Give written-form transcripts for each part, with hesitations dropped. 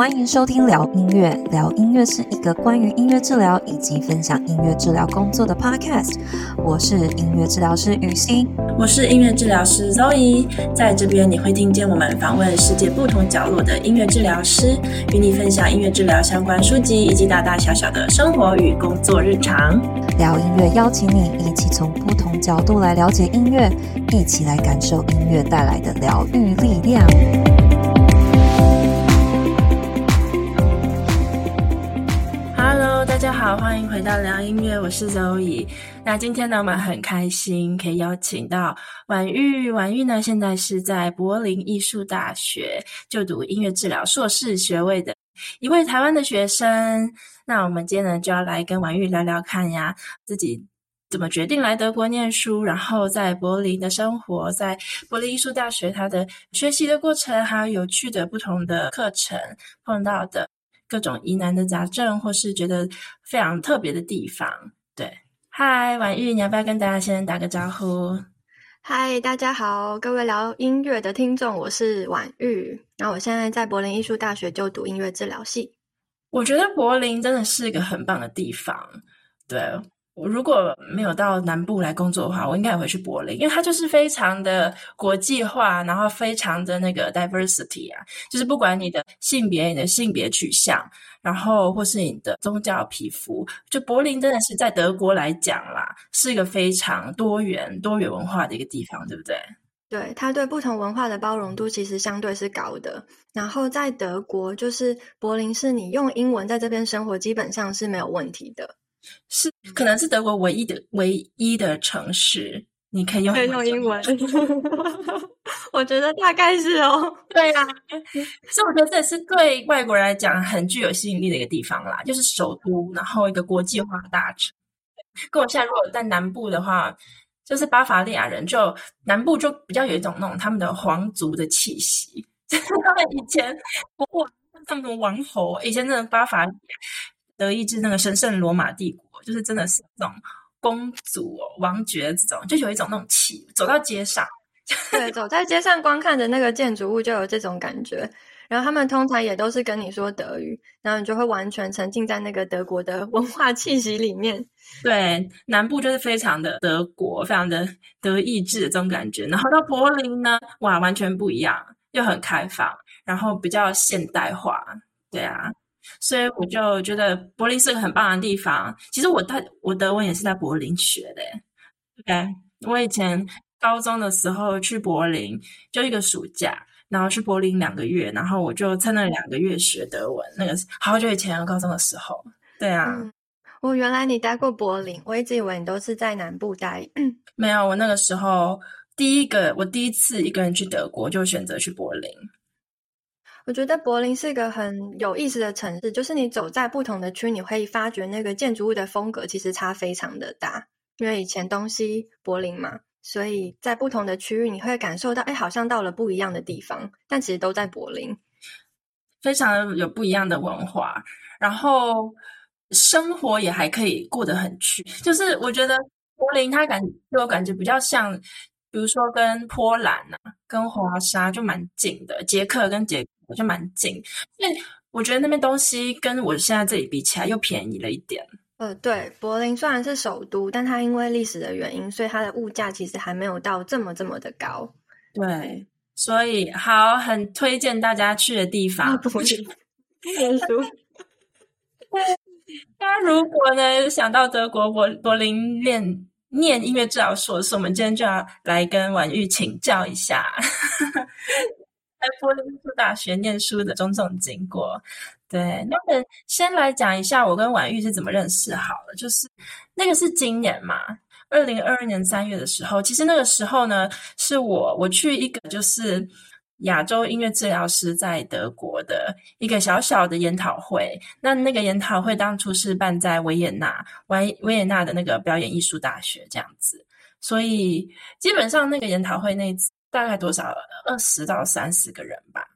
欢迎收听聊音乐。聊音乐是一个关于音乐治疗以及分享音乐治疗工作的 podcast。我是音乐治疗师雨欣， 我是音乐治疗师 Zoe。在这边你会听见我们访问世界不同角落的音乐治疗师，与你分享音乐治疗相关书籍以及大大小小的生活与工作日常。 聊音乐邀请你一起从不同角度来了解音乐，一起来感受音乐带来的疗愈力量。 Hello， 大家好，欢迎回到聊音乐，我是 Zoe。那今天呢，我们很开心可以邀请到婉玉。婉玉呢，现在是在柏林艺术大学就读音乐治疗硕士学位的一位台湾的学生。那我们今天呢，就要来跟婉玉聊聊看呀，自己怎么决定来德国念书，然后在柏林的生活，在柏林艺术大学它的学习的过程，还有有趣的不同的课程碰到的各种疑难的杂症，或是觉得非常特别的地方。对，嗨，婉玉，你要不要跟大家先打个招呼？ 嗨，大家好，各位聊音乐的听众，我是婉玉。然后我现在在柏林艺术大学就读音乐治疗系。 我觉得柏林真的是一个很棒的地方。对，我如果没有到南部来工作的话，我应该也会去柏林，因为它就是非常的国际化，然后非常的那个 diversity 啊，就是不管你的性别、你的性别取向，然后或是你的宗教皮肤，就柏林真的是在德国来讲啦，是一个非常多元文化的一个地方，对不对？ 对，它对不同文化的包容度其实相对是高的。然后在德国，就是柏林是你用英文在这边生活基本上是没有问题的， 是可能是德国唯一的城市你可以用英文我觉得大概是哦。 对啊，所以我觉得这是对外国人来讲很具有吸引力的一个地方啦，就是首都，然后一个国际化的大城。跟我现在如果在南部的话，就是巴伐利亚人，就南部就比较有一种那种他们的皇族的气息，他们以前他们的王侯，以前真的巴伐利亚德意志那个神圣罗马帝国，就是真的是这种公主王爵这种，就有一种那种气，走到街上。 对，走在街上光看着那个建筑物就有这种感觉。然后他们通常也都是跟你说德语，然后你就会完全沉浸在那个德国的文化气息里面。 对，南部就是非常的德国，非常的德意志的这种感觉。然后到柏林呢，哇，完全不一样，又很开放，然后比较现代化。对啊，所以我就觉得柏林是个很棒的地方。其实我德文也是在柏林学的。对，我以前高中的时候去柏林，就一个暑假，然后去柏林2个月，然后我就在那2个月学德文。那个好久以前高中的时候。对啊。 原来你待过柏林，我一直以为你都是在南部待。 没有，我那个时候我第一次一个人去德国就选择去柏林。 我觉得柏林是一个很有意思的城市，就是你走在不同的区，你会发觉那个建筑物的风格其实差非常的大，因为以前东西柏林嘛，所以在不同的区域你会感受到好像到了不一样的地方，但其实都在柏林， 非常有不一样的文化，然后生活也还可以过得很去，就是我觉得柏林它给我感觉比较像，比如说跟波兰啊跟华沙就蛮近的，捷克跟捷克就蛮近，所以我觉得那边东西跟我现在这里比起来又便宜了一点。 对，柏林虽然是首都，但它因为历史的原因，所以它的物价其实还没有到这么的高。 对，所以很推荐大家去的地方。 柏林念书。 大家如果呢想到德国柏林念音乐治疗硕士，我们今天就要来跟婉玉请教一下在柏林艺术大学念书的种种经过。对，那我们先来讲一下我跟婉玉是怎么认识好了。就是那个是今年嘛，2022年3月的时候，其实那个时候呢是我去一个就是亚洲音乐治疗师在德国的一个小小的研讨会。那个研讨会当初是办在维也纳的那个表演艺术大学这样子，所以基本上那个研讨会那次大概多少20到30个人吧。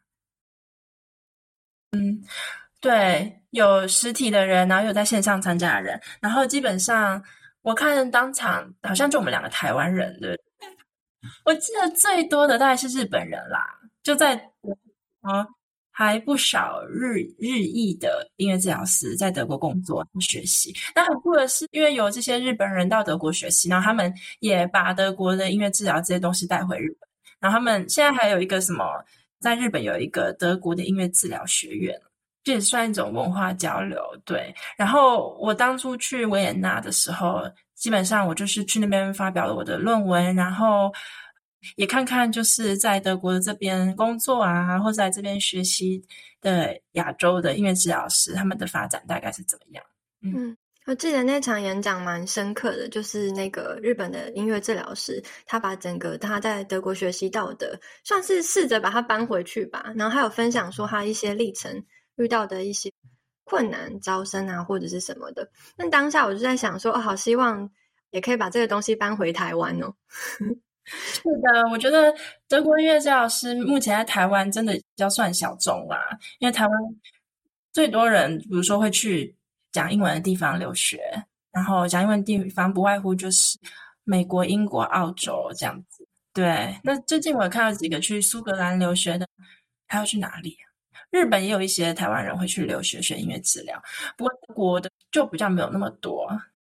对，有实体的人，然后有在线上参加的人，然后基本上我看当场好像就我们2个台湾人，对，我记得最多的大概是日本人啦，就在还不少日裔的音乐治疗师在德国工作学习。那很酷的是，因为有这些日本人到德国学习，然后他们也把德国的音乐治疗这些东西带回日本。然后他们现在还有一个什么，在日本有一个德国的音乐治疗学院，这也算一种文化交流。对，然后我当初去维也纳的时候，基本上我就是去那边发表了我的论文，然后也看看就是在德国这边工作啊，或者在这边学习的亚洲的音乐治疗师，他们的发展大概是怎么样。 我记得那场演讲蛮深刻的，就是那个日本的音乐治疗师，他把整个他在德国学习到的，算是试着把它搬回去吧。然后还有分享说他一些历程遇到的一些困难招生啊，或者是什么的。那当下我就在想说，好希望也可以把这个东西搬回台湾哦。 是的，我觉得德国音乐治疗师目前在台湾真的比较算小众啦，因为台湾最多人，比如说会去讲英文的地方留学，然后讲英文的地方不外乎就是美国、英国、澳洲这样子。对，那最近我有看到几个去苏格兰留学的，还要去哪里啊？日本也有一些台湾人会去留学学音乐治疗，不过德国的就比较没有那么多。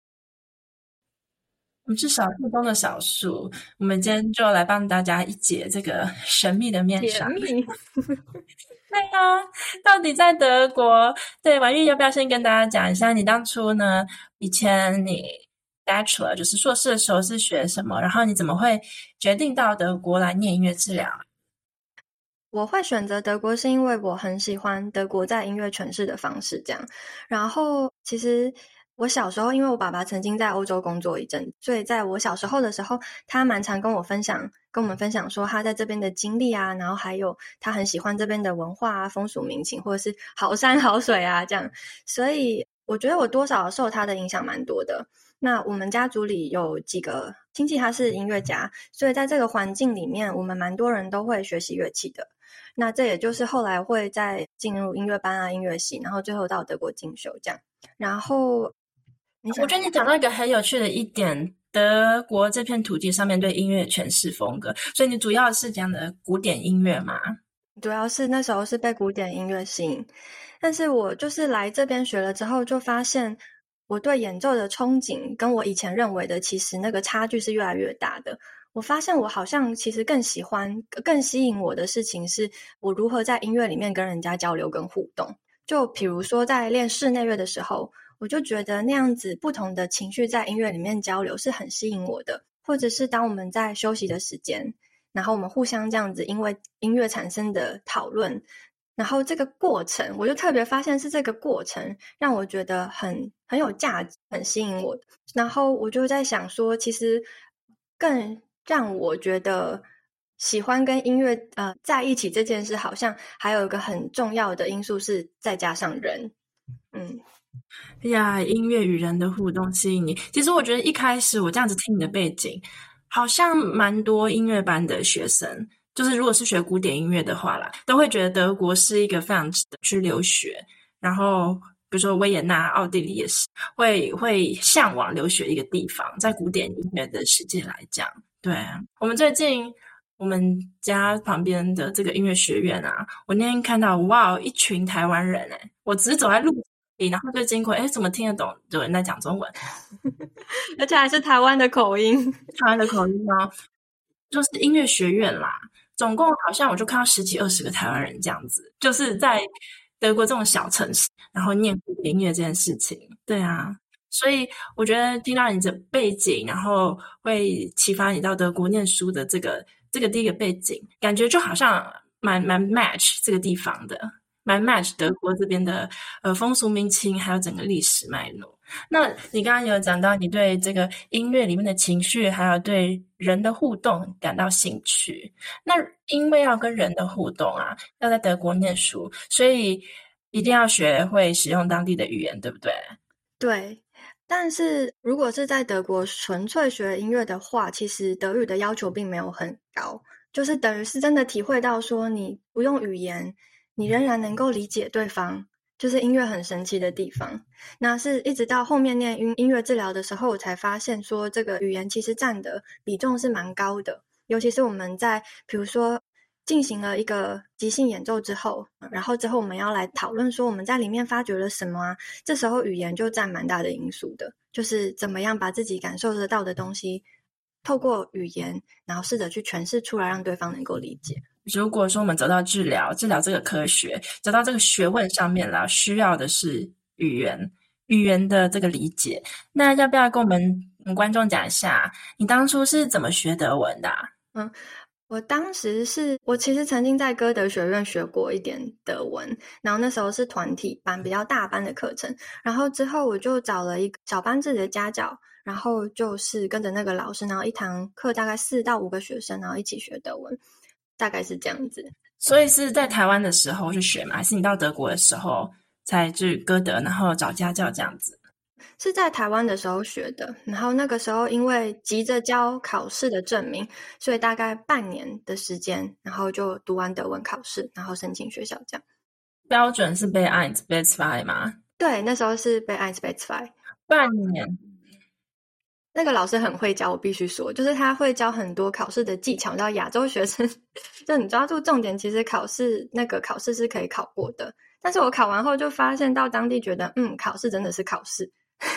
我们是少数中的少数，我们今天就来帮大家一解这个神秘的面纱。 解密。 对啊，到底在德国，对，婉玉要不要先跟大家讲一下，你当初呢，以前你 Bachelor 就是硕士的时候是学什么，然后你怎么会决定到德国来念音乐治疗？ 我会选择德国是因为我很喜欢德国在音乐诠释的方式这样。然后其实我小时候因为我爸爸曾经在欧洲工作一阵，所以在我小时候的时候，他蛮常跟我们分享说他在这边的经历啊，然后还有他很喜欢这边的文化啊、风俗民情，或者是好山好水啊这样。所以我觉得我多少受他的影响蛮多的。那我们家族里有几个亲戚他是音乐家，所以在这个环境里面，我们蛮多人都会学习乐器的。那这也就是后来会再进入音乐班啊、音乐系，然后最后到德国进修这样。然后我觉得你讲到一个很有趣的一点，德国这片土地上面对音乐诠释风格，所以你主要是讲的古典音乐嘛？ 主要是那时候是被古典音乐吸引，但是我就是来这边学了之后，就发现我对演奏的憧憬跟我以前认为的其实那个差距是越来越大的。我发现我好像其实更吸引我的事情是我如何在音乐里面跟人家交流跟互动。就比如说在练室内乐的时候，我就觉得那样子不同的情绪在音乐里面交流是很吸引我的。或者是当我们在休息的时间，然后我们互相这样子因为音乐产生的讨论，然后这个过程我就特别发现是这个过程让我觉得很有价值，很吸引我。然后我就在想说，其实更让我觉得喜欢跟音乐在一起这件事，好像还有一个很重要的因素是再加上人。 呀，音乐与人的互动吸引你。其实我觉得一开始我这样子听你的背景，好像蛮多音乐班的学生，就是如果是学古典音乐的话啦，都会觉得德国是一个非常值得去留学，然后比如说维也纳、奥地利也是会向往留学一个地方，在古典音乐的世界来讲。对，我们最近我们家旁边的这个音乐学院啊，我那天看到哇，一群台湾人我只是走在路上，然后就经过，怎么听得懂有人在讲中文？ 而且还是台湾的口音。 台湾的口音哦，就是音乐学院啦，总共好像我就看到10几20个台湾人这样子，就是在德国这种小城市，然后念古典音乐这件事情。对啊，所以我觉得听到你的背景，然后会启发你到德国念书的这个第一个背景，感觉就好像蛮 match 这个地方的，蛮 match 德国这边的风俗民情，还有整个历史脉络。那你刚刚有讲到你对这个音乐里面的情绪，还有对人的互动感到兴趣。那因为要跟人的互动啊，要在德国念书，所以一定要学会使用当地的语言，对不对？ 对，但是如果是在德国纯粹学音乐的话，其实德语的要求并没有很高，就是等于是真的体会到说你不用语言，你仍然能够理解对方，就是音乐很神奇的地方。那是一直到后面念音乐治疗的时候，我才发现说这个语言其实占的比重是蛮高的，尤其是我们在比如说进行了一个即兴演奏之后，然后之后我们要来讨论说我们在里面发掘了什么啊，这时候语言就占蛮大的因素的，就是怎么样把自己感受得到的东西透过语言，然后试着去诠释出来，让对方能够理解。 如果说我们走到治疗这个科学，走到这个学问上面了，需要的是语言的这个理解。那要不要跟我们观众讲一下，你当初是怎么学德文的啊？ 我其实曾经在歌德学院学过一点德文，然后那时候是团体班，比较大班的课程，然后之后我就找了一个小班制的家教，然后就是跟着那个老师，然后一堂课大概4到5个学生，然后一起学德文，大概是这样子。 所以是在台湾的时候去学吗？还是你到德国的时候才去歌德，然后找家教这样子？ 是在台湾的时候学的，然后那个时候因为急着交考试的证明，所以大概半年的时间，然后就读完德文考试，然后申请学校这样。 标准是B1 B2 吗？ 对，那时候是B1 B2。 半年。 那个老师很会教，我必须说，就是他会教很多考试的技巧，叫亚洲学生就你抓住重点，其实考试是可以考过的。但是我考完后就发现到当地觉得考试真的是考试。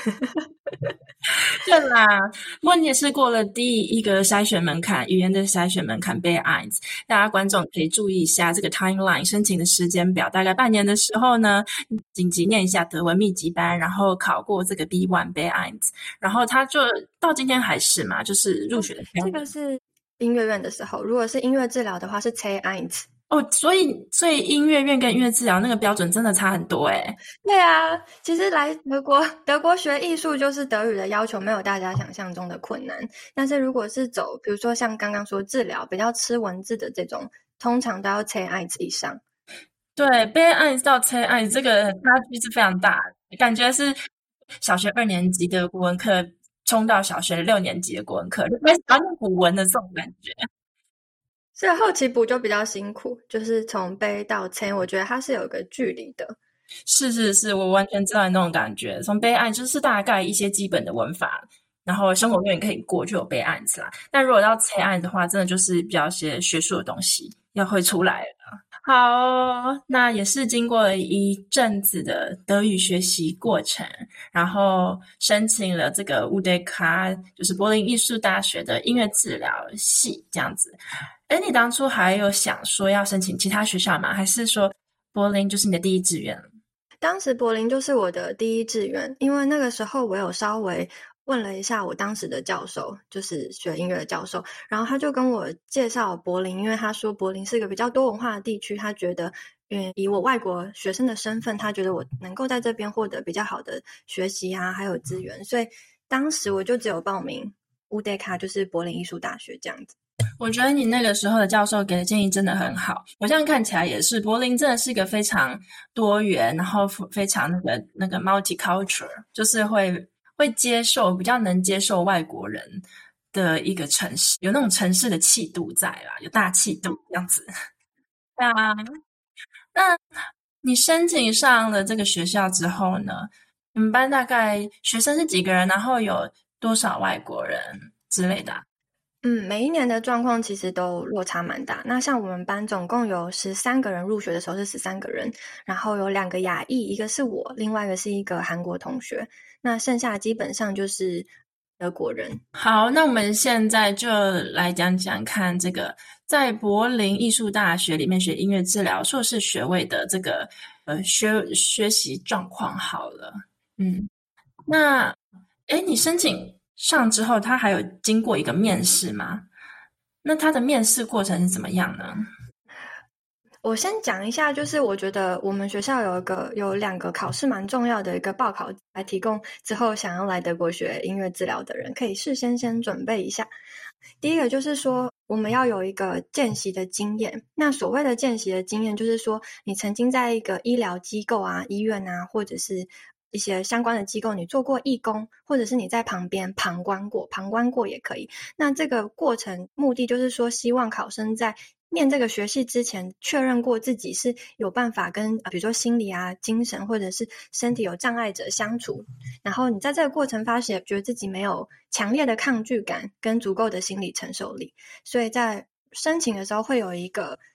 对啦，不过你也是过了第一个筛选门槛，语言的筛选门槛B1，大家观众可以注意一下这个 timeline 申请的时间表，大概半年的时候呢，紧急念一下德文密集班，然后考过这个 B1 B1，然后他就到今天还是嘛，就是入学的标准。 这个是音乐院的时候，如果是音乐治疗的话是 C1。 所以音乐院跟音乐治疗那个标准真的差很多欸。 对啊，其实来德国学艺术就是德语的要求没有大家想象中的困难，但是如果是走比如说像刚刚说治疗比较吃文字的这种，通常都要 C1 以上。 对，B1 到 C1 这个差距是非常大，感觉是小学2年级的国文课冲到小学6年级的国文课，就开始要念古文的这种感觉。 所以后期补就比较辛苦，就是从B到 C， 我觉得它是有个距离的。 是，我完全知道你那种感觉。从B1就是大概一些基本的文法，然后生活面可以过，就有B1啦。但如果到 C1的话，真的就是比较些学术的东西要会出来了。好，那也是经过了一阵子的德语学习过程，然后申请了这个UDK，就是柏林艺术大学的音乐治疗系这样子。你当初还有想说要申请其他学校吗？还是说柏林就是你的第一志愿？ 当时柏林就是我的第一志愿，因为那个时候我有稍微问了一下我当时的教授，就是学音乐的教授，然后他就跟我介绍柏林，因为他说柏林是一个比较多文化的地区，他觉得以我外国学生的身份，他觉得我能够在这边获得比较好的学习啊，还有资源，所以当时我就只有报名UDK，就是柏林艺术大学这样子。 我觉得你那个时候的教授给的建议真的很好，我这样看起来也是，柏林真的是一个非常多元，然后非常那个 multicultural， 就是会接受，比较能接受外国人的一个城市，有那种城市的气度在啦，有大气度这样子。对啊，那你申请上了这个学校之后呢，你们班大概学生是几个人，然后有多少外国人之类的啊？ 每一年的状况其实都落差蛮大。那像我们班总共有13个人，入学的时候是13个人，然后有2个亚裔，一个是我，另外一个是一个韩国同学。那剩下基本上就是德国人。 好，那我们现在就来讲讲看这个在柏林艺术大学里面学音乐治疗硕士学位的这个学习状况好了。那你申请上之后，他还有经过一个面试吗？那他的面试过程是怎么样呢？ 我先讲一下，就是我觉得我们学校有2个考试蛮重要的一个报考，来提供之后想要来德国学音乐治疗的人可以事先准备一下。第一个就是说，我们要有一个见习的经验。那所谓的见习的经验，就是说你曾经在一个医疗机构啊、医院啊，或者是一些相关的机构，你做过义工，或者是你在旁边旁观过也可以。那这个过程目的就是说，希望考生在念这个学系之前确认过自己是有办法跟比如说心理啊、精神或者是身体有障碍者相处，然后你在这个过程发现觉得自己没有强烈的抗拒感跟足够的心理承受力，所以在申请的时候会有一个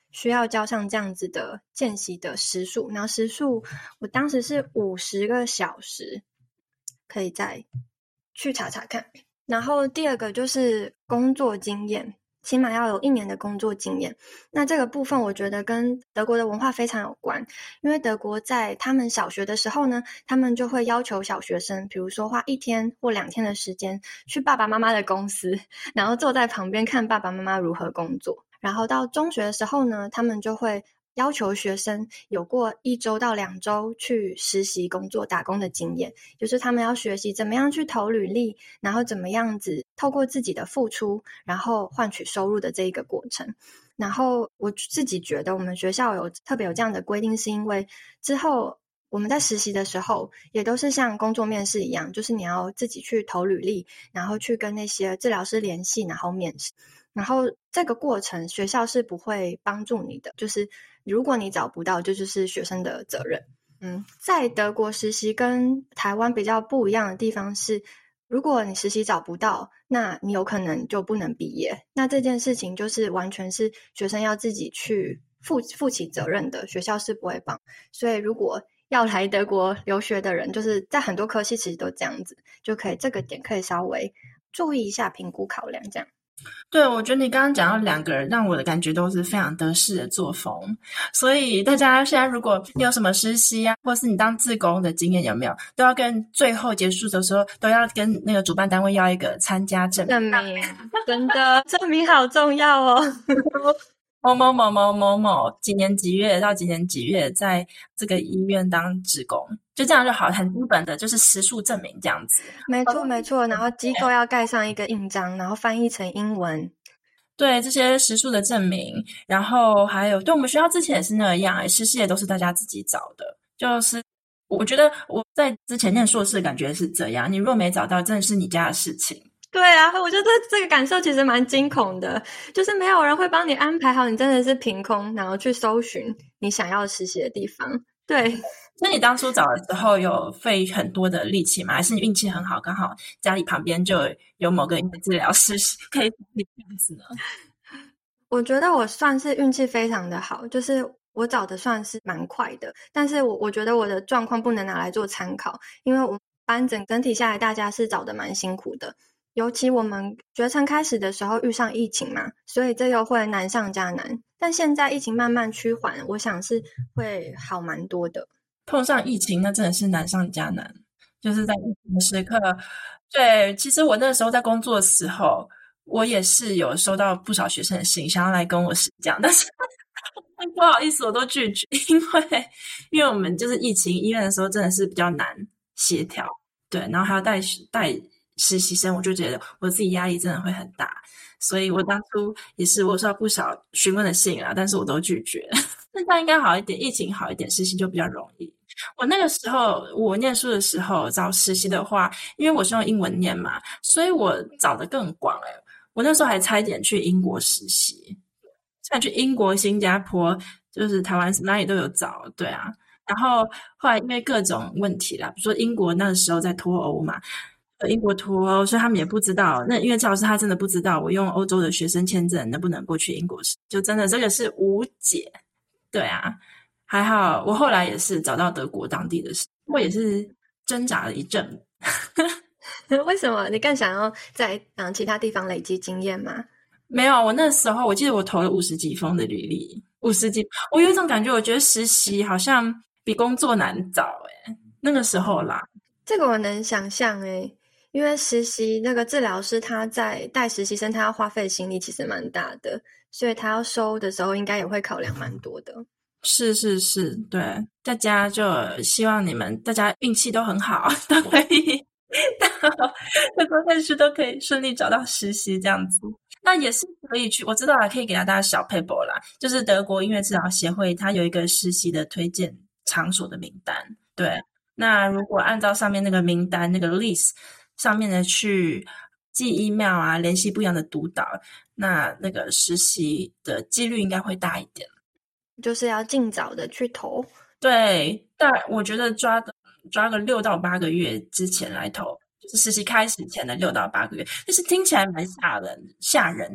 需要交上这样子的见习的时数，然后时数我当时是50个小时，可以再去查查看。然后第二个就是工作经验，起码要有1年的工作经验。那这个部分我觉得跟德国的文化非常有关，因为德国在他们小学的时候呢，他们就会要求小学生，比如说花1天或2天的时间去爸爸妈妈的公司，然后坐在旁边看爸爸妈妈如何工作。然后到中学的时候呢，他们就会要求学生有过1周到2周去实习工作打工的经验，就是他们要学习怎么样去投履历，然后怎么样子透过自己的付出然后换取收入的这一个过程。然后我自己觉得我们学校有特别有这样的规定，是因为之后我们在实习的时候也都是像工作面试一样，就是你要自己去投履历，然后去跟那些治疗师联系，然后面试。然后这个过程学校是不会帮助你的，就是如果你找不到，这就是学生的责任。在德国实习跟台湾比较不一样的地方是，如果你实习找不到，那你有可能就不能毕业。那这件事情就是完全是学生要自己去负起责任的，学校是不会帮。所以如果要来德国留学的人，就是在很多科系其实都这样子，就可以这个点可以稍微注意一下，评估考量这样。 对，我觉得你刚刚讲到2个人，让我的感觉都是非常德式的作风。所以大家现在如果你有什么实习啊，或是你当志工的经验有没有，都要跟最后结束的时候都要跟那个主办单位要一个参加证明。 真的证明好重要哦。 某某某某某某几年几月到几年几月在这个医院当志工，就这样就好，很基本的就是时数证明这样子。 没错没错，然后机构要盖上一个印章，然后翻译成英文。 对，这些时数的证明，然后还有对我们学校之前也是那样，实习也都是大家自己找的。就是我觉得我在之前念硕士的感觉是这样，你若没找到，真的是你家的事情。 对啊，我觉得这个感受其实蛮惊恐的，就是没有人会帮你安排好，你真的是凭空然后去搜寻你想要实习的地方。对， 那你当初找的时候有费很多的力气吗？还是你运气很好，刚好家里旁边就有某个治疗师可以这样子呢？ 我觉得我算是运气非常的好，就是我找的算是蛮快的，但是我觉得我的状况不能拿来做参考，因为我班整体下来大家是找的蛮辛苦的。尤其我们学程开始的时候遇上疫情嘛，所以这又会难上加难。但现在疫情慢慢趋缓，我想是会好蛮多的。 碰上疫情那真的是难上加难，就是在疫情的时刻。对，其实我那时候在工作的时候，我也是有收到不少学生的信，想要来跟我实讲，但是不好意思，我都拒绝，因为我们就是疫情医院的时候真的是比较难协调，对，然后还要带实习生，我就觉得我自己压力真的会很大，所以我当初也是我收到不少询问的信啦，但是我都拒绝。现在应该好一点，疫情好一点，实习就比较容易。我那个时候我念书的时候找实习的话，因为我是用英文念嘛，所以我找的更广我那时候还差一点去英国实习，像去英国、新加坡，就是台湾哪里都有找，对啊。然后后来因为各种问题啦，比如说英国那时候在脱欧嘛，英国脱欧，所以他们也不知道。那因为赵老师他真的不知道我用欧洲的学生签证能不能过去英国，就真的这个是无解。对啊，还好我后来也是找到德国当地的事，我也是挣扎了一阵。 为什么你更想要在其他地方累积经验吗？ 没有，我那时候我记得我投了50几封的履历，50几，我有一种感觉，我觉得实习好像比工作难找那个时候啦。 这个我能想象因为实习那个治疗师他在带实习生，他要花费的心力其实蛮大的，所以他要收的时候应该也会考量蛮多的。 是，对，大家就希望你们大家运气都很好，都可以在关键时都可以顺利找到实习这样子。那也是可以去，我知道了，可以给大家小 paper 啦，就是德国音乐治疗协会它有一个实习的推荐场所的名单。对，那如果按照上面那个名单那个 list 上面的去寄 email 啊，联系不一样的督导，那个实习的几率应该会大一点， 就是要尽早的去投。 对，但我觉得抓个6到8个月之前来投，就是实习开始前的6到8个月，就是听起来蛮吓人的。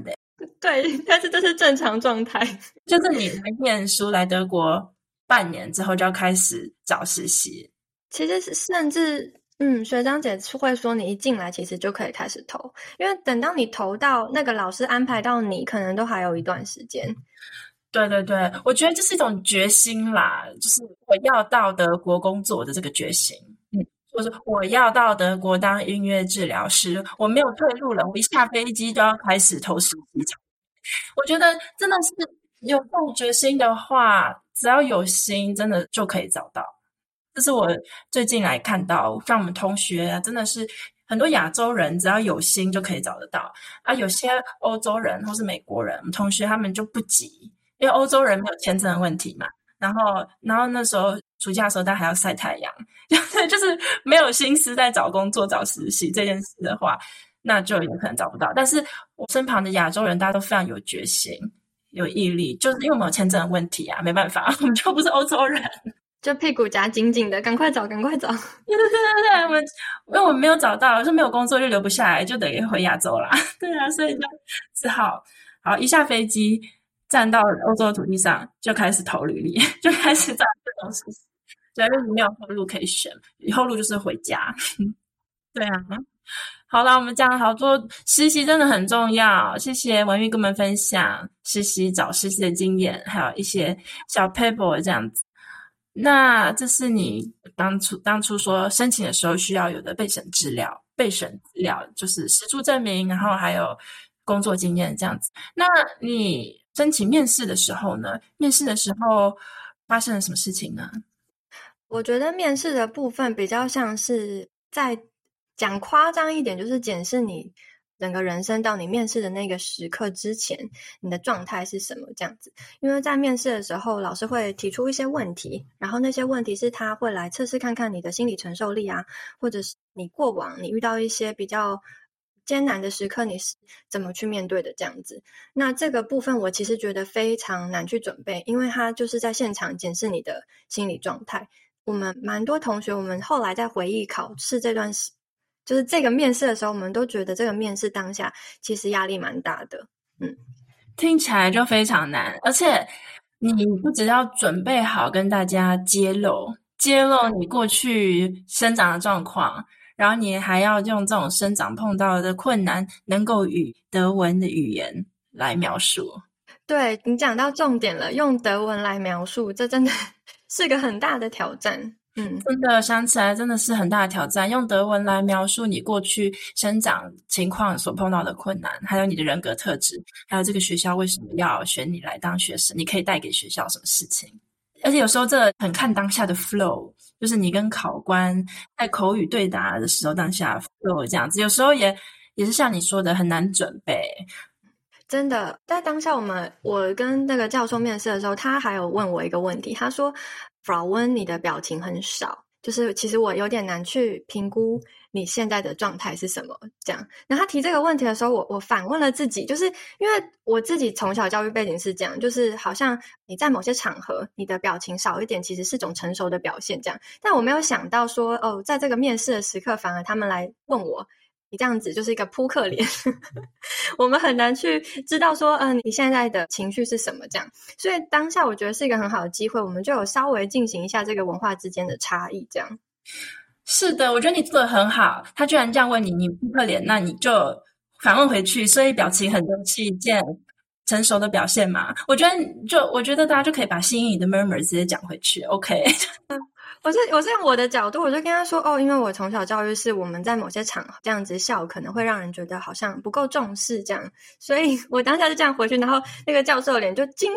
对，但是这是正常状态。 就是你来念书来德国半年之后就要开始找实习。 其实是甚至学长姐会说你一进来其实就可以开始投，因为等到你投到那个老师安排到你，可能都还有一段时间。 对对对，我觉得这是一种决心啦，就是我要到德国工作的这个决心。就是我要到德国当音乐治疗师，我没有退路了，我一下飞机就要开始投实习场。我觉得真的是有这种决心的话，只要有心，真的就可以找到。这是我最近来看到，像我们同学啊，真的是很多亚洲人，只要有心就可以找得到啊。有些欧洲人或是美国人，我们同学他们就不急，因为欧洲人没有签证的问题嘛。然后那时候暑假的时候，他还要晒太阳，就是没有心思在找工作、找实习这件事的话，那就有可能找不到。但是我身旁的亚洲人，大家都非常有决心、有毅力，就是因为我们有签证的问题啊，没办法，我们就不是欧洲人。 就屁股夹紧紧的，赶快找，赶快找。 对，因为我们没有找到，说没有工作就留不下来，就得回亚洲啦。对啊，所以就只好一下飞机站到欧洲的土地上，就开始投履历，就开始找这种实习。对，因为没有后路可以选，后路就是回家。对啊，好啦，我们讲了好多实习真的很重要，谢谢文玉跟我们分享找实习的经验，还有一些小 paper 这样子。那这是你当初说申请的时候需要有的备审资料就是实作证明，然后还有工作经验这样子。那你申请面试的时候呢？面试的时候发生了什么事情呢？ 我觉得面试的部分比较像是在讲夸张一点，就是检视你整个人生到你面试的那个时刻之前，你的状态是什么这样子。因为在面试的时候，老师会提出一些问题，然后那些问题是他会来测试看看你的心理承受力啊，或者是你过往你遇到一些比较艰难的时刻，你是怎么去面对的这样子。那这个部分我其实觉得非常难去准备，因为他就是在现场检视你的心理状态。我们蛮多同学，我们后来在回忆考试这段时，就是这个面试的时候，我们都觉得这个面试当下其实压力蛮大的。 听起来就非常难，而且你不只要准备好跟大家揭露你过去生长的状况，然后你还要用这种生长碰到的困难，能够以德文的语言来描述。 对，你讲到重点了，用德文来描述，这真的是个很大的挑战。 真的想起来真的是很大的挑战，用德文来描述你过去生长情况所碰到的困难，还有你的人格特质，还有这个学校为什么要选你来当学生，你可以带给学校什么事情。而且有时候这很看当下的 flow， 就是你跟考官在口语对答的时候当下 flow 这样子，有时候也是像你说的很难准备。 真的，在当下我跟那个教授面试的时候，他还有问我一个问题，他说 Frau Wen 你的表情很少，就是其实我有点难去评估你现在的状态是什么这样。然后他提这个问题的时候，我反问了自己，就是因为我自己从小教育背景是这样，就是好像你在某些场合你的表情少一点其实是种成熟的表现这样。但我没有想到说在这个面试的时刻，反而他们来问我，你这样子就是一个扑克脸我们很难去知道说你现在的情绪是什么这样。所以当下我觉得是一个很好的机会，我们就有稍微进行一下这个文化之间的差异这样。 是的，我觉得你做得很好，他居然这样问你扑克脸，那你就反问回去，所以表情很多是一件成熟的表现嘛。我觉得大家就可以把心里的 murmur 直接讲回去 OK 我是用我的角度，我就跟他说因为我从小教育是我们在某些场合这样子笑可能会让人觉得好像不够重视这样，所以我当下就这样回去，然后那个教授脸就惊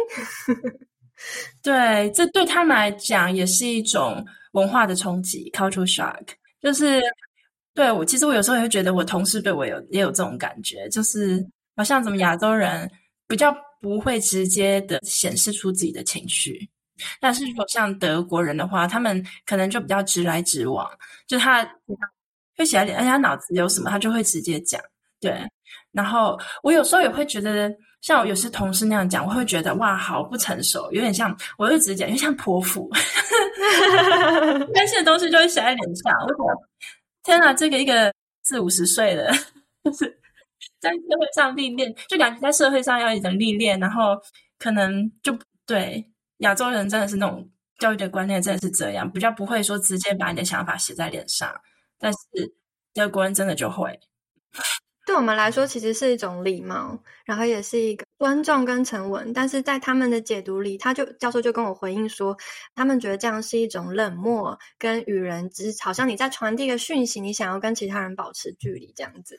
对，这对他们来讲也是一种文化的冲击 cultural shock， 就是对其实我有时候也会觉得我同事对我也有这种感觉，就是好像怎么亚洲人比较不会直接的显示出自己的情绪，但是如果像德国人的话，他们可能就比较直来直往，就他会写在脸，而且他脑子有什么他就会直接讲。对，然后我有时候也会觉得像我有些同事那样讲，我会觉得哇好不成熟，有点像我会直接讲，有点像泼妇担心的东西就会写在脸上。我想天哪，这个一个40-50岁的就是在社会上历练，就感觉在社会上要一种历练，然后可能就对亚洲人真的是那种教育的观念真的是这样，比较不会说直接把你的想法写在脸上，但是德国人真的就会。 对我们来说其实是一种礼貌，然后也是一个尊重跟沉稳，但是在他们的解读里，教授就跟我回应说，他们觉得这样是一种冷漠跟与人好像你在传递一个讯息，你想要跟其他人保持距离这样子。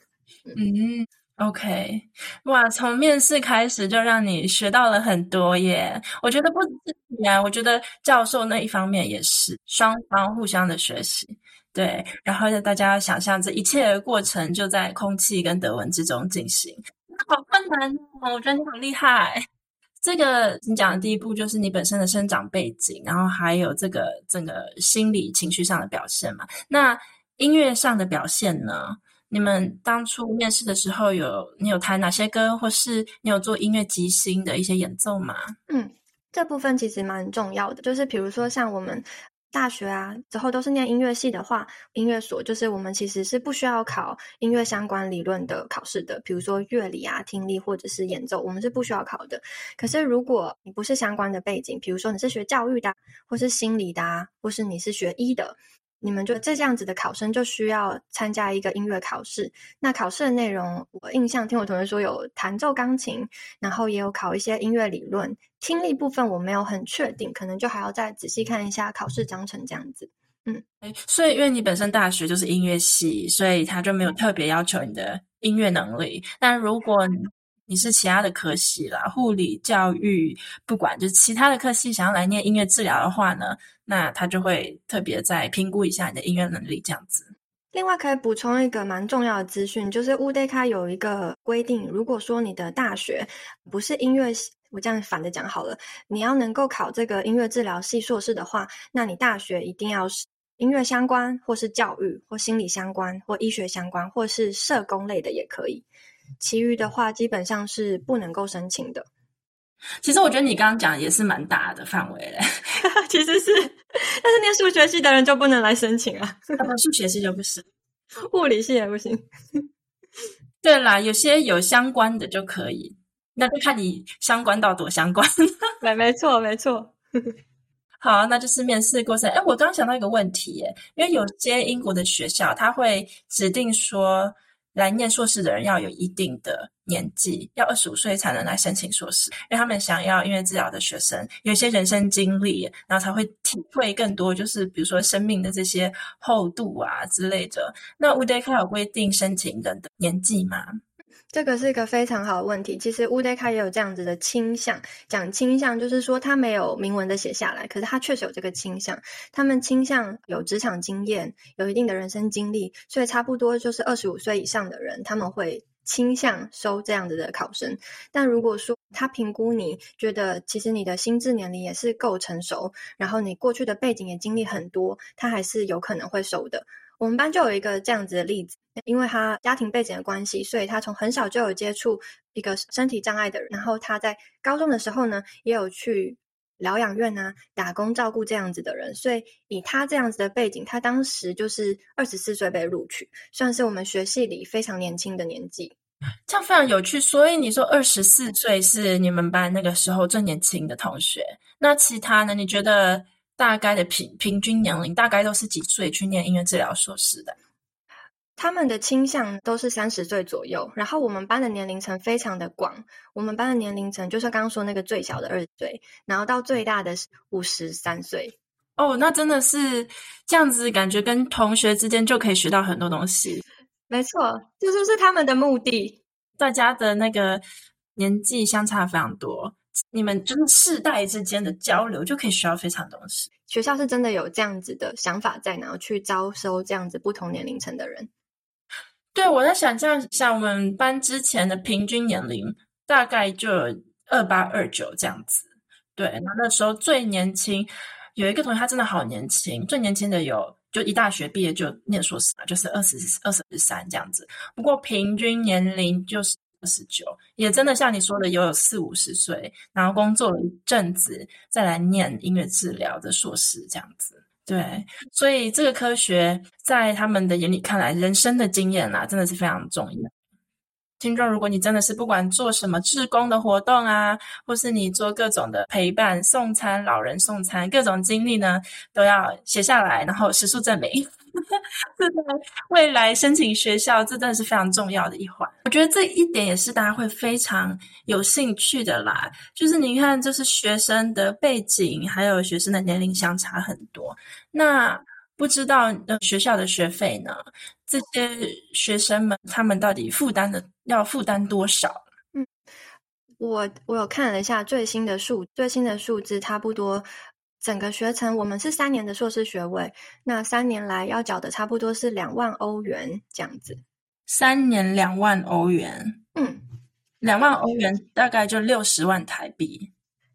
OK， 哇，从面试开始就让你学到了很多耶。我觉得不只是你啊，我觉得教授那一方面也是双方互相的学习。对，然后大家要想象这一切的过程就在空气跟德文之中进行，好困难哦！我觉得你好厉害。这个你讲的第一步就是你本身的生长背景，然后还有这个整个心理情绪上的表现嘛。那音乐上的表现呢？你们当初面试的时候你有弹哪些歌，或是你有做音乐即兴的一些演奏吗？ 这部分其实蛮重要的，就是比如说像我们大学啊之后都是念音乐系的话，音乐所就是我们其实是不需要考音乐相关理论的考试的，比如说乐理啊、听力或者是演奏，我们是不需要考的。可是如果你不是相关的背景，比如说你是学教育的，或是心理的啊，或是你是学医的，你们就这样子的考生就需要参加一个音乐考试。那考试的内容，我印象听我同学说有弹奏钢琴，然后也有考一些音乐理论。听力部分我没有很确定，可能就还要再仔细看一下考试章程这样子。 所以因为你本身大学就是音乐系，所以他就没有特别要求你的音乐能力。但如果你是其他的科系啦，护理、教育，不管就是其他的科系想要来念音乐治疗的话呢，那他就会特别再评估一下你的音乐能力这样子。 另外可以补充一个蛮重要的资讯，就是UDK有一个规定，如果说你的大学不是音乐系，我这样反着讲好了，你要能够考这个音乐治疗系硕士的话，那你大学一定要是音乐相关，或是教育，或心理相关，或医学相关，或是社工类的也可以。其余的话基本上是不能够申请的。 其实我觉得你刚刚讲的也是蛮大的范围嘞。 其实是，但是念数学系的人就不能来申请啊。 数学系就不是， 物理系也不行。 对啦，有些有相关的就可以，那就看你相关到多相关。 对，没错没错。 好，那就是面试过程。我刚想到一个问题耶，因为有些英国的学校他会指定说，来念硕士的人要有一定的年纪，要25岁才能来申请硕士，因为他们想要音乐治疗的学生有一些人生经历，然后才会体会更多，就是比如说生命的这些厚度啊之类的。那UDK有规定申请人的年纪吗？ 这个是一个非常好的问题。其实UDK也有这样子的倾向，讲倾向就是说他没有明文的写下来，可是他确实有这个倾向。他们倾向有职场经验，有一定的人生经历，所以差不多就是25岁以上的人，他们会倾向收这样子的考生。但如果说他评估你觉得其实你的心智年龄也是够成熟，然后你过去的背景也经历很多，他还是有可能会收的。我们班就有一个这样子的例子，因为他家庭背景的关系，所以他从很小就有接触一个身体障碍的人，然后他在高中的时候呢，也有去疗养院啊打工照顾这样子的人，所以以他这样子的背景，他当时就是24岁被录取，算是我们学系里非常年轻的年纪。 这样非常有趣。所以你说24岁是你们班那个时候最年轻的同学，那其他呢？你觉得大概的平均年龄大概都是几岁去念音乐治疗硕士的？ 他们的倾向都是30岁左右，然后我们班的年龄层非常的广，我们班的年龄层就是刚刚说那个最小的20岁，然后到最大的53岁。 哦，那真的是这样子，感觉跟同学之间就可以学到很多东西。 没错，这就是他们的目的。 大家的那个年纪相差非常多，你们就是世代之间的交流就可以学到非常多东西。 学校是真的有这样子的想法在，然后去招收这样子不同年龄层的人。 对，我在想象像我们班之前的平均年龄大概就有28、29这样子。对，然后那时候最年轻有一个同学，他真的好年轻，最年轻的就一大学毕业就念硕士嘛，就是23这样子。不过平均年龄就是29，也真的像你说的，有40-50岁，然后工作了一阵子，再来念音乐治疗的硕士这样子。对，所以这个科学在他们的眼里看来，人生的经验真的是非常重要。 听众，如果你真的是不管做什么志工的活动啊，或是你做各种的陪伴、送餐、老人送餐，各种经历呢，都要写下来，然后实数证明。这在未来申请学校，这真的是非常重要的一环。我觉得这一点也是大家会非常有兴趣的啦。就是你看，就是学生的背景，还有学生的年龄相差很多。那不知道学校的学费呢？这些学生们他们到底要负担多少？ 我有看了一下最新的数字，差不多整个学程我们是3年的硕士学位，那3年来要缴的差不多是2万欧元这样子。 3年2万欧元，2万欧元大概就60万台币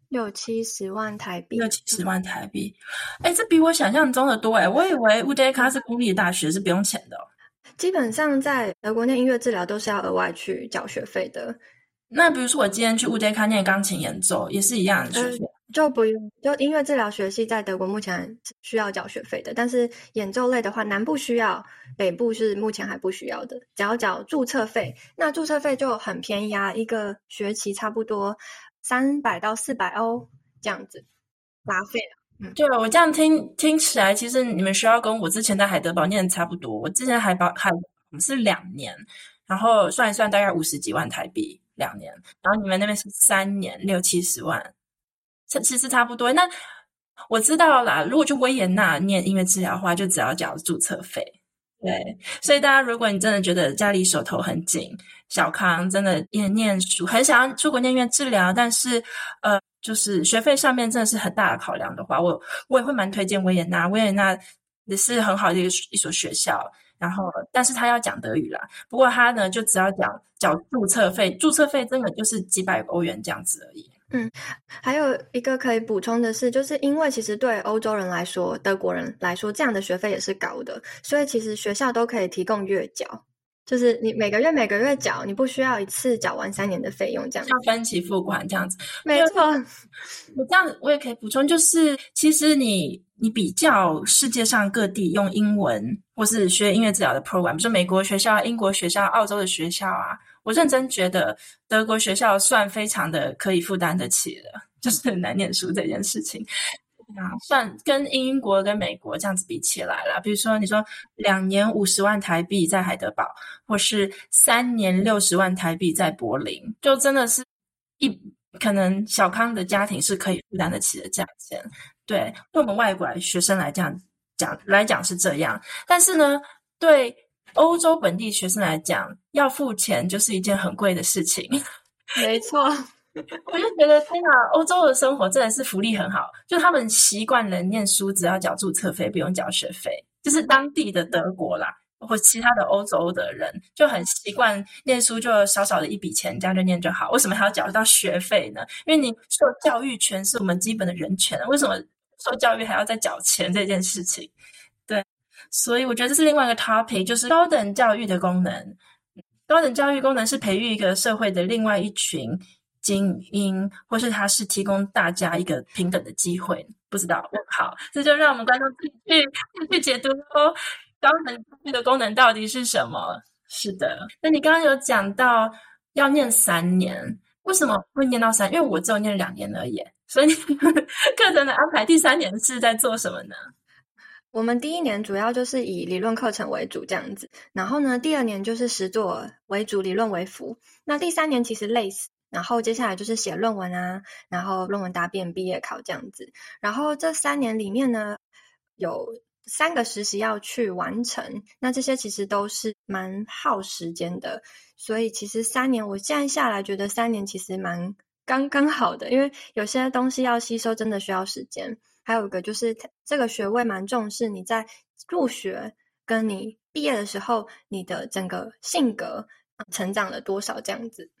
，60-70万台币 ，60-70万台币。这比我想象中的多我以为乌德卡是公立大学是不用钱的基本上在德国念音乐治疗都是要额外去缴学费的。 那比如说我今天去乌德卡念钢琴演奏，也是一样的学费？ 就不用，就音乐治疗学系在德国目前需要缴学费的，但是演奏类的话，南部需要，北部是目前还不需要的，只要缴注册费。那注册费就很便宜一个学期差不多300到400欧这样子拉费。 对，我这样听起来，其实你们学校跟我之前在海德堡念的差不多。我之前海德堡是2年，然后算一算大概50几万台币2年，然后你们那边是3年60-70万，其实差不多。那我知道啦，如果去维也纳念音乐治疗的话，就只要缴注册费。对，所以大家如果你真的觉得家里手头很紧，小康真的也念书，很想要出国念音乐治疗，但是就是学费上面真的是很大的考量的话，我也会蛮推荐维也纳。维也纳也是很好的一所学校，然后但是他要讲德语啦。不过他呢就只要缴注册费，注册费真的就是几百欧元这样子而已。 还有一个可以补充的是，就是因为其实对欧洲人来说，德国人来说，这样的学费也是高的，所以其实学校都可以提供月缴。就是你每个月缴，你不需要一次缴完3年的费用，这样像分期付款这样子。 没错。 我这样子我也可以补充，就是其实你比较世界上各地用英文或是学音乐治疗的 program， 比如说美国学校、英国学校、澳洲的学校啊，我认真觉得德国学校算非常的可以负担得起的，就是很难念书这件事情。算跟英国跟美国这样子比起来啦，比如说你说2年50万台币在海德堡，或是3年60万台币在柏林，就真的是可能小康的家庭是可以负担得起的价钱。对我们外国学生来讲是这样，但是呢，对欧洲本地学生来讲，要付钱就是一件很贵的事情。 没错。 我就觉得天哪，欧洲的生活真的是福利很好，就他们习惯了念书只要缴注册费，不用缴学费，就是当地的德国啦，或其他的欧洲的人就很习惯念书，就少少的一笔钱，这样就念就好。为什么还要缴到学费呢？因为你受教育权是我们基本的人权，为什么受教育还要再缴钱这件事情？对，所以我觉得这是另外一个 topic， 就是高等教育的功能。高等教育功能是培育一个社会的另外一群精英，或是它是提供大家一个平等的机会，不知道。好，这就让我们观众自己去解读高等教育的功能到底是什么。是的，那你刚刚有讲到要念3年，为什么会念到3？因为我只有念2年而已，所以课程的安排第3年是在做什么呢？ 我们第1年主要就是以理论课程为主这样子，然后呢，第2年就是实作为主，理论为辅。那第3年其实类似。然后接下来就是写论文啊，然后论文答辩、毕业考这样子。然后这3年里面呢，有3个实习要去完成，那这些其实都是蛮耗时间的。所以其实3年，我现在下来觉得3年其实蛮刚刚好的，因为有些东西要吸收真的需要时间。还有一个就是这个学位蛮重视你在入学跟你毕业的时候，你的整个性格成长了多少这样子。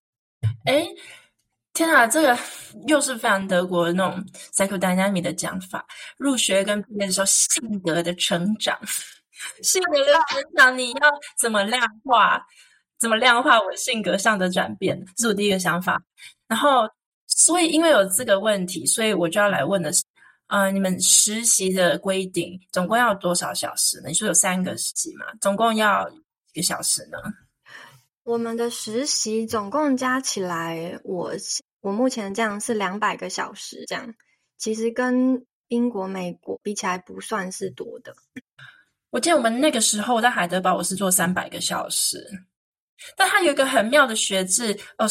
天啊，这个又是非常德国的那种 psychodynamic 的讲法。入学跟毕业的时候，性格的成长，性格的成长，你要怎么量化我性格上的转变，这是我第一个想法。然后，所以因为有这个问题，所以我就要来问的是，你们实习的规定总共要多少小时呢？你说有3个实习嘛，总共要几个小时呢？ 我们的实习总共加起来，我目前这样是200个小时，这样其实跟英国、美国比起来不算是多的。 我记得我们那个时候在海德堡，我是做300个小时，但它有一个很妙的学制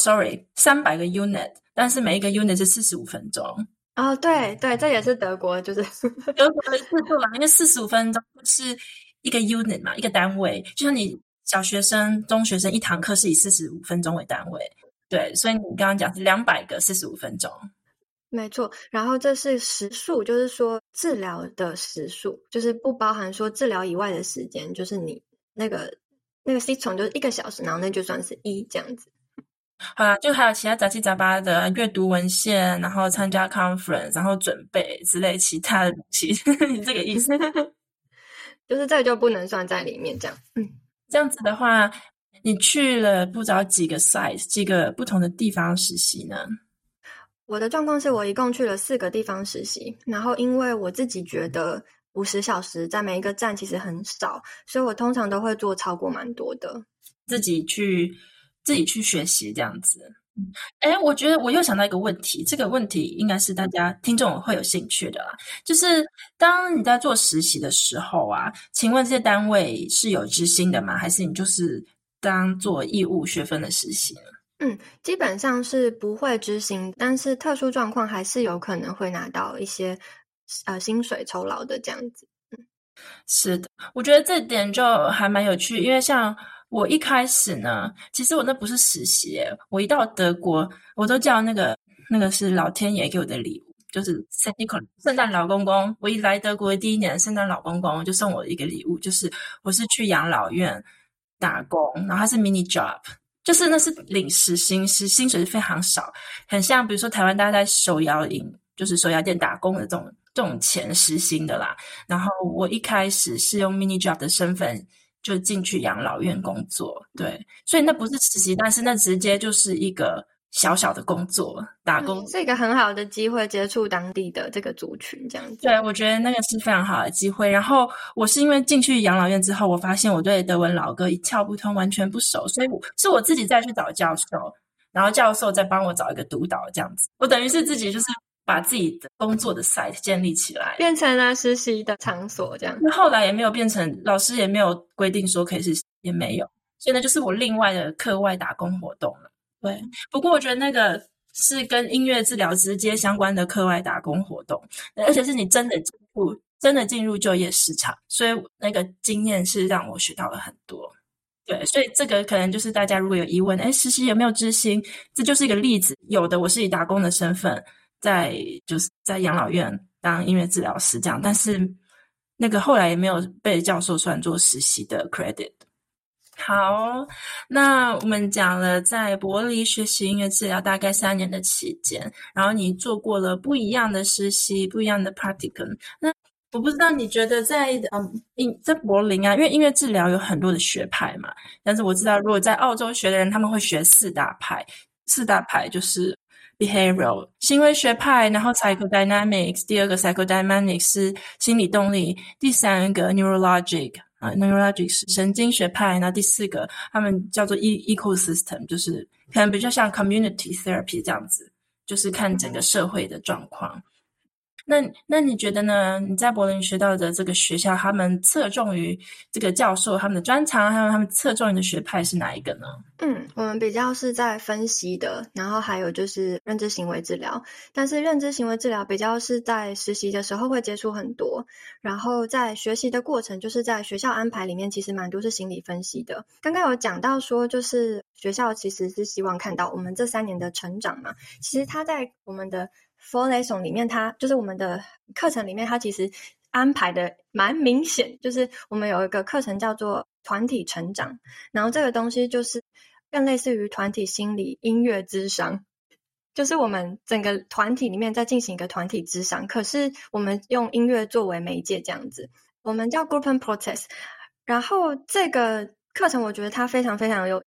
，300个 unit， 但是每一个 unit 是45分钟。 哦，对对，这也是德国，就是德国的制度嘛，因为45分钟是一个 unit 嘛，一个单位，就像你小学生、中学生一堂课是以45分钟为单位，对，所以你刚刚讲是200个45分钟。 没错，然后这是时数，就是说治疗的时数，就是不包含说治疗以外的时间，就是你那个 session 就是1个小时，然后那就算是1这样子。 好啦，就还有其他杂七杂八的阅读文献，然后参加 conference， 然后准备之类其他的东西，你这个意思？ 就是这个就不能算在里面，这样。 这样子的话，你去了不知道几个 site， 几个不同的地方实习呢？ 我的状况是我一共去了4个地方实习，然后因为我自己觉得50小时在每一个站其实很少，所以我通常都会做超过蛮多的。 自己去学习这样子。我觉得我又想到一个问题，这个问题应该是大家听众会有兴趣的啦，就是当你在做实习的时候啊，请问这些单位是有支薪的吗？还是你就是当做义务学分的实习呢？ 基本上是不会支薪，但是特殊状况还是有可能会拿到一些薪水酬劳的这样子。 是的，我觉得这点就还蛮有趣，因为像我一开始呢，其实我那不是实习耶，我一到德国，我都叫那个是老天爷给我的礼物，就是圣诞老公公。我一来德国的第1年，圣诞老公公就送我一个礼物，就是我是去养老院打工，然后它是 mini job。就是那是领时薪，薪水是非常少，很像比如说台湾大家在手摇饮，就是手摇店打工的这种钱时薪的啦。然后我一开始是用 mini job 的身份就进去养老院工作，对，所以那不是实习，但是那直接就是一个小小的工作打工， 是一个很好的机会接触当地的这个族群这样子。 对，我觉得那个是非常好的机会。然后我是因为进去养老院之后，我发现我对德文老歌一窍不通，完全不熟，所以是我自己再去找教授，然后教授再帮我找一个督导这样子。我等于是自己就是把自己的工作的 site 建立起来， 变成了实习的场所这样。 后来也没有变成，老师也没有规定说可以是，也没有，所以那就是我另外的课外打工活动了。对，不过我觉得那个是跟音乐治疗直接相关的课外打工活动，而且是你真的进入就业市场，所以那个经验是让我学到了很多。对，所以这个可能就是大家如果有疑问，实习有没有支薪，这就是一个例子。有的我是以打工的身份就是在养老院当音乐治疗师这样，但是那个后来也没有被教授算作实习的 credit。好，那我们讲了在柏林学习音乐治疗大概3年的期间，然后你做过了不一样的实习，不一样的 practicum。那我不知道你觉得在柏林啊，因为音乐治疗有很多的学派嘛，但是我知道如果在澳洲学的人，他们会学4大派就是 behavioral 行为学派，然后 psychodynamics， 第2个 psychodynamics 是心理动力，第3个 neurologic 是神经学派，然后第4个他们叫做 ecosystem， 就是可能比较像 community therapy 这样子，就是看整个社会的状况。那你觉得呢？你在柏林学到的这个学校，他们侧重于这个教授他们的专长，还有他们侧重于的学派是哪一个呢？ 我们比较是在分析的，然后还有就是认知行为治疗，但是认知行为治疗比较是在实习的时候会接触很多，然后在学习的过程就是在学校安排里面其实蛮多是心理分析的。刚刚有讲到说就是学校其实是希望看到我们这3年的成长嘛，其实它在我们的 Full Lesson 里面，它就是我们的课程里面，它其实安排的蛮明显，就是我们有一个课程叫做团体成长，然后这个东西就是更类似于团体心理音乐咨商，就是我们整个团体里面在进行一个团体咨商，可是我们用音乐作为媒介这样子，我们叫 Group and Protest。然后这个课程我觉得它非常非常有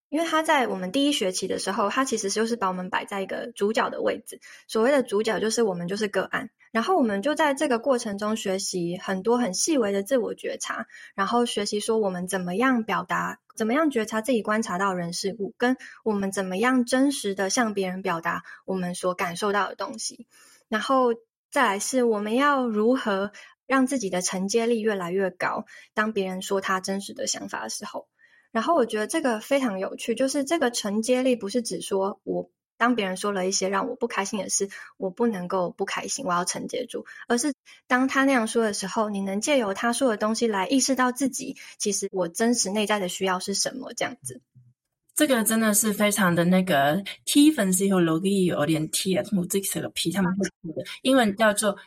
因为他在我们第一学期的时候，他其实就是把我们摆在一个主角的位置。所谓的主角就是我们就是个案，然后我们就在这个过程中学习很多很细微的自我觉察，然后学习说我们怎么样表达，怎么样觉察自己观察到人事物，跟我们怎么样真实的向别人表达我们所感受到的东西。然后再来是我们要如何让自己的承接力越来越高，当别人说他真实的想法的时候。然后我觉得这个非常有趣，就是这个承接力不是指说我当别人说了一些让我不开心的事，我不能够不开心，我要承接住，而是当他那样说的时候，你能借由他说的东西来意识到自己其实我真实内在的需要是什么，这样子。 这个真的是非常的那个 T 分析和 logi oriented music therapy， 他们会说的英文叫做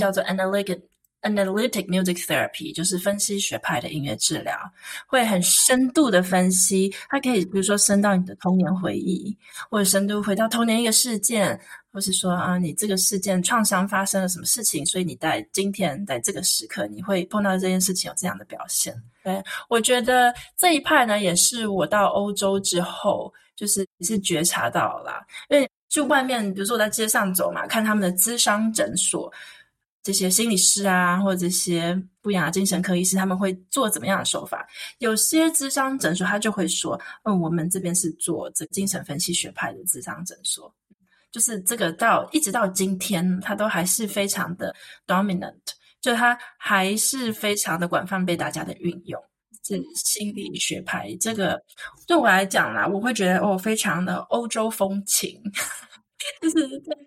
Analytic Music Therapy， 就是分析学派的音乐治疗，会很深度的分析，它可以比如说深到你的童年回忆，或者深度回到童年一个事件，或是说你这个事件创伤发生了什么事情，所以你在今天在这个时刻你会碰到这件事情有这样的表现。对，我觉得这一派呢也是我到欧洲之后就是觉察到了啦，因为就外面比如说我在街上走嘛，看他们的咨商诊所，这些心理师啊，或者这些不一样的精神科医师，他们会做怎么样的手法？有些咨商诊所他就会说，我们这边是做这精神分析学派的咨商诊所，就是这个一直到今天，它都还是非常的 dominant， 就它还是非常的广泛被大家的运用。这心理学派这个对我来讲啦，我会觉得非常的欧洲风情，就是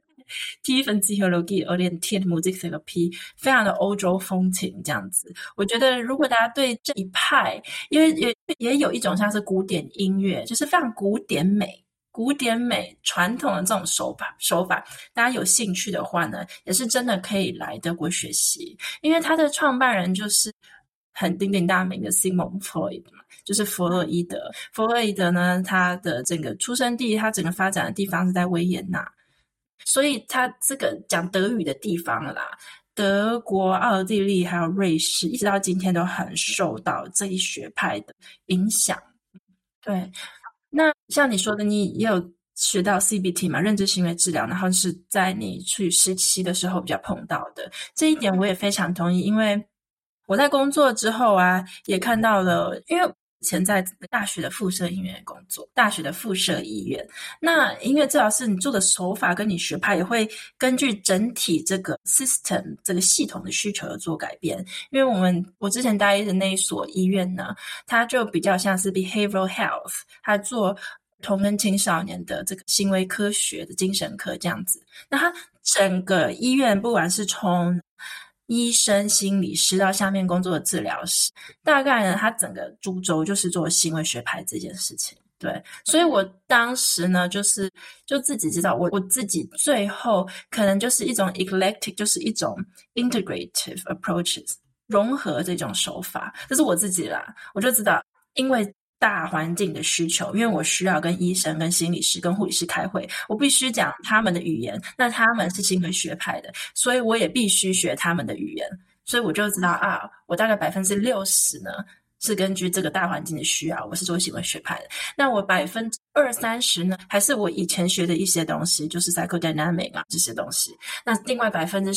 T 分析和 logi oriented music therapy 非常的欧洲风情这样子。我觉得如果大家对这一派，因为也有一种像是古典音乐，就是非常古典美传统的这种手法，大家有兴趣的话呢，也是真的可以来德国学习，因为他的创办人就是很鼎鼎大名的 Sigmund Freud 嘛，就是弗洛伊德。弗洛伊德呢，他的整个出生地，他整个发展的地方是在维也纳，所以他这个讲德语的地方啦，德国、奥地利还有瑞士，一直到今天都很受到这一学派的影响。对，那像你说的，你也有学到 CBT 嘛，认知行为治疗，然后是在你去实习的时候比较碰到的。这一点我也非常同意，因为我在工作之后啊，也看到了，因为以前在大学的附设医院工作，大学的附设医院，那音乐治疗师你做的手法跟你学派也会根据整体这个 system 这个系统的需求而做改变。因为我之前待的那一所医院呢，它就比较像是 behavioral health， 它做童跟青少年的这个行为科学的精神科这样子。那它整个医院不管是从医生、心理师到下面工作的治疗师，大概呢，他整个主轴就是做行为学派这件事情。对，所以我当时呢，就自己知道，我自己最后可能就是一种 eclectic， 就是一种 integrative approaches， 融合这种手法，这是我自己啦。我就知道，因为大环境的需求，因为我需要跟医生、跟心理师、跟护理师开会，我必须讲他们的语言，那他们是行为学派的，所以我也必须学他们的语言，所以我就知道我大概60%呢是根据这个大环境的需要，我是做行为学派的。那我20-30%呢，还是我以前学的一些东西，就是 psychodynamic 这些东西。那另外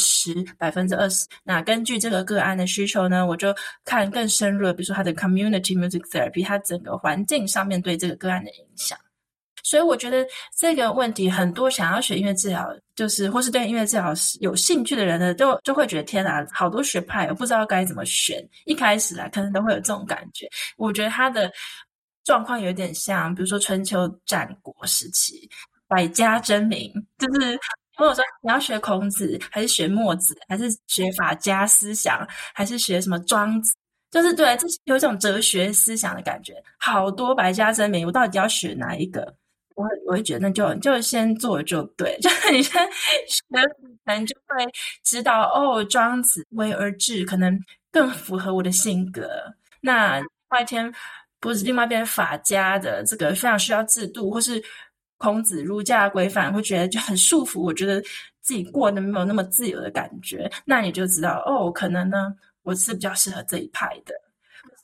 10%、20%，那根据这个个案的需求呢，我就看更深入的，比如说它的 community music therapy， 它整个环境上面对这个个案的影响。所以我觉得这个问题，很多想要学音乐治疗，就是或是对音乐治疗有兴趣的人呢，就会觉得天哪，好多学派，我不知道该怎么选。一开始可能都会有这种感觉。我觉得他的状况有点像，比如说春秋战国时期，百家争鸣，就是或者说你要学孔子，还是学墨子，还是学法家思想，还是学什么庄子。就是对，这有一种哲学思想的感觉，好多百家争鸣，我到底要选哪一个？我会觉得就先做就对，就是你先学，可能就会知道庄子为而治可能更符合我的性格。那另外一边法家的这个非常需要制度，或是孔子儒家规范，会觉得就很束缚，我觉得自己过得没有那么自由的感觉。那你就知道可能呢我是比较适合这一派的。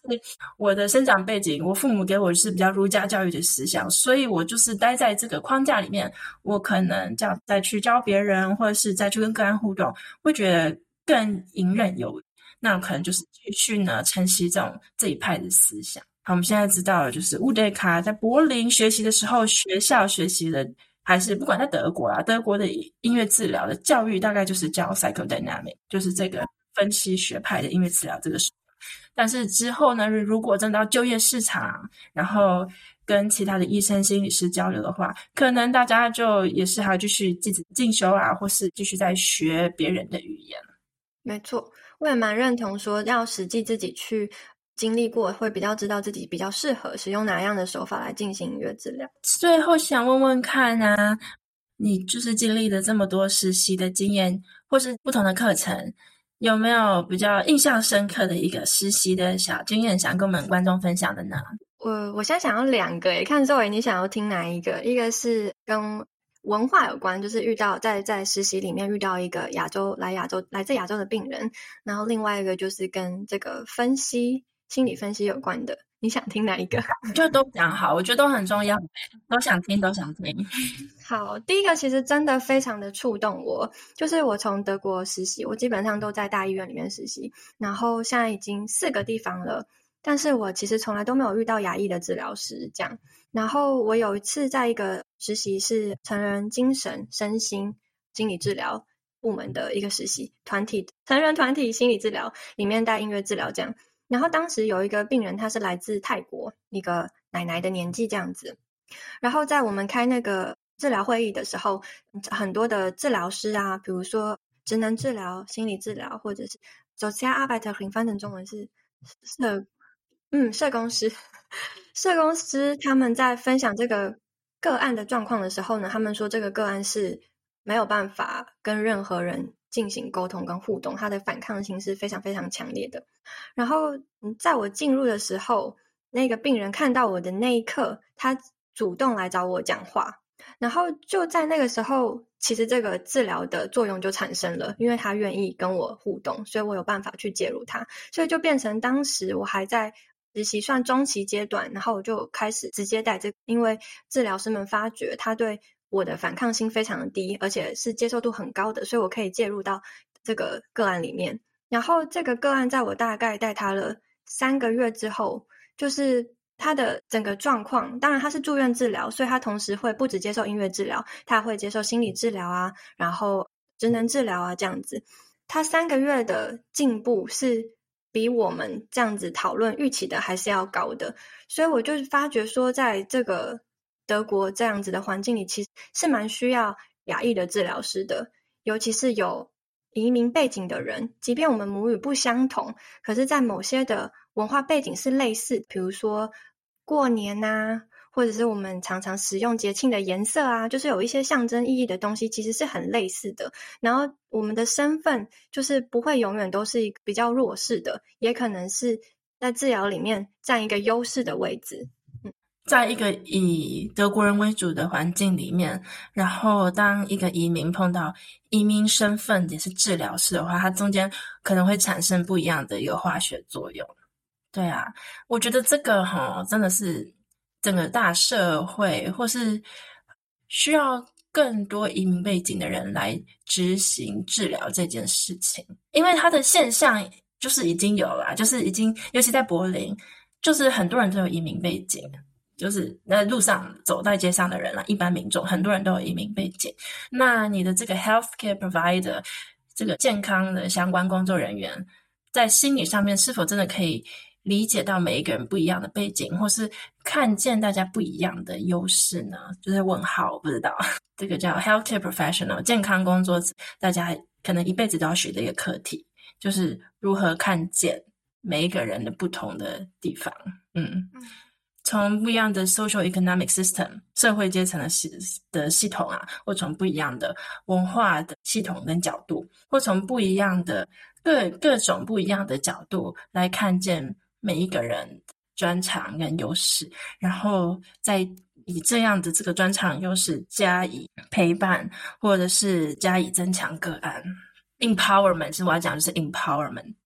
我的生长背景，我父母给我是比较儒家教育的思想，所以我就是待在这个框架里面，我可能这样再去教别人，或者是再去跟个案互动，会觉得更游刃有余。那可能就是继续呢承袭这一派的思想。好，我们现在知道了，就是乌德卡在柏林学习的时候，学校学习的还是不管在德国啦，德国的音乐治疗的教育大概就是教 psychodynamic， 就是这个分析学派的音乐治疗这个手法。但是之后呢，如果真的要就业市场，然后跟其他的医生、心理师交流的话，可能大家就也是还要继续进修啊，或是继续在学别人的语言。 没错，我也蛮认同说要实际自己去经历过，会比较知道自己比较适合使用哪样的手法来进行音乐治疗。 最后想问问看啊，你就是经历了这么多实习的经验，或是不同的课程，有没有比较印象深刻的一个实习的小经验想跟我们观众分享的呢？ 我现在想要2个耶，看周围你想要听哪一个？一个是跟文化有关，就是遇到在实习里面遇到一个来自亚洲的病人，然后另外一个就是跟这个心理分析有关的。你想听哪一个？ 就都讲好，我觉得都很重要，都想听。 好，第一个其实真的非常的触动我，就是我从德国实习，我基本上都在大医院里面实习，然后现在已经4个地方了，但是我其实从来都没有遇到亚裔的治疗师这样。然后我有一次在一个实习是成人精神身心心理治疗部门的一个实习成人团体心理治疗里面带音乐治疗这样。然后当时有一个病人，他是来自泰国，一个奶奶的年纪这样子。然后在我们开那个治疗会议的时候，很多的治疗师啊，比如说职能治疗、心理治疗，或者是Sozialarbeiterin，翻成中文是社工师。社工师他们在分享这个个案的状况的时候呢，他们说这个个案是没有办法跟任何人进行沟通跟互动，他的反抗性是非常非常强烈的。然后在我进入的时候，那个病人看到我的那一刻，他主动来找我讲话，然后就在那个时候，其实这个治疗的作用就产生了，因为他愿意跟我互动，所以我有办法去介入他，所以就变成当时我还在实习算中期阶段，然后我就开始直接带因为治疗师们发觉他对我的反抗性非常的低，而且是接受度很高的，所以我可以介入到这个个案里面。然后这个个案在我大概带他了3个月之后，就是他的整个状况，当然他是住院治疗，所以他同时会不只接受音乐治疗，他会接受心理治疗啊，然后职能治疗啊这样子。他3个月的进步是比我们这样子讨论预期的还是要高的，所以我就发觉说，在这个德国这样子的环境里，其实是蛮需要亚裔的治疗师的，尤其是有移民背景的人，即便我们母语不相同，可是在某些的文化背景是类似，比如说过年啊，或者是我们常常使用节庆的颜色啊，就是有一些象征意义的东西其实是很类似的。然后我们的身份就是不会永远都是一个比较弱势的，也可能是在治疗里面占一个优势的位置。 在一个以德国人为主的环境里面，然后当一个移民碰到移民身份也是治疗师的话，它中间可能会产生不一样的一个化学作用。对啊，我觉得这个真的是整个大社会或是需要更多移民背景的人来执行治疗这件事情，因为它的现象就是已经有了，就是已经尤其在柏林，就是很多人都有移民背景，就是在路上走在街上的人啦，一般民众很多人都有移民背景。那你的这个 healthcare provider， 这个健康的相关工作人员，在心理上面是否真的可以理解到每一个人不一样的背景，或是看见大家不一样的优势呢？就是问号，不知道。这个叫 healthcare professional， 健康工作者，大家可能一辈子都要学的一个课题，就是如何看见每一个人的不同的地方。从不一样的 social economic system 社会阶层的系统啊，或从不一样的文化的系统跟角度，或从不一样的各种不一样的角度来看见每一个人专长跟优势，然后再以这样的这个专长优势加以陪伴，或者是加以增强个案。empowerment 是我要讲的是 empowerment，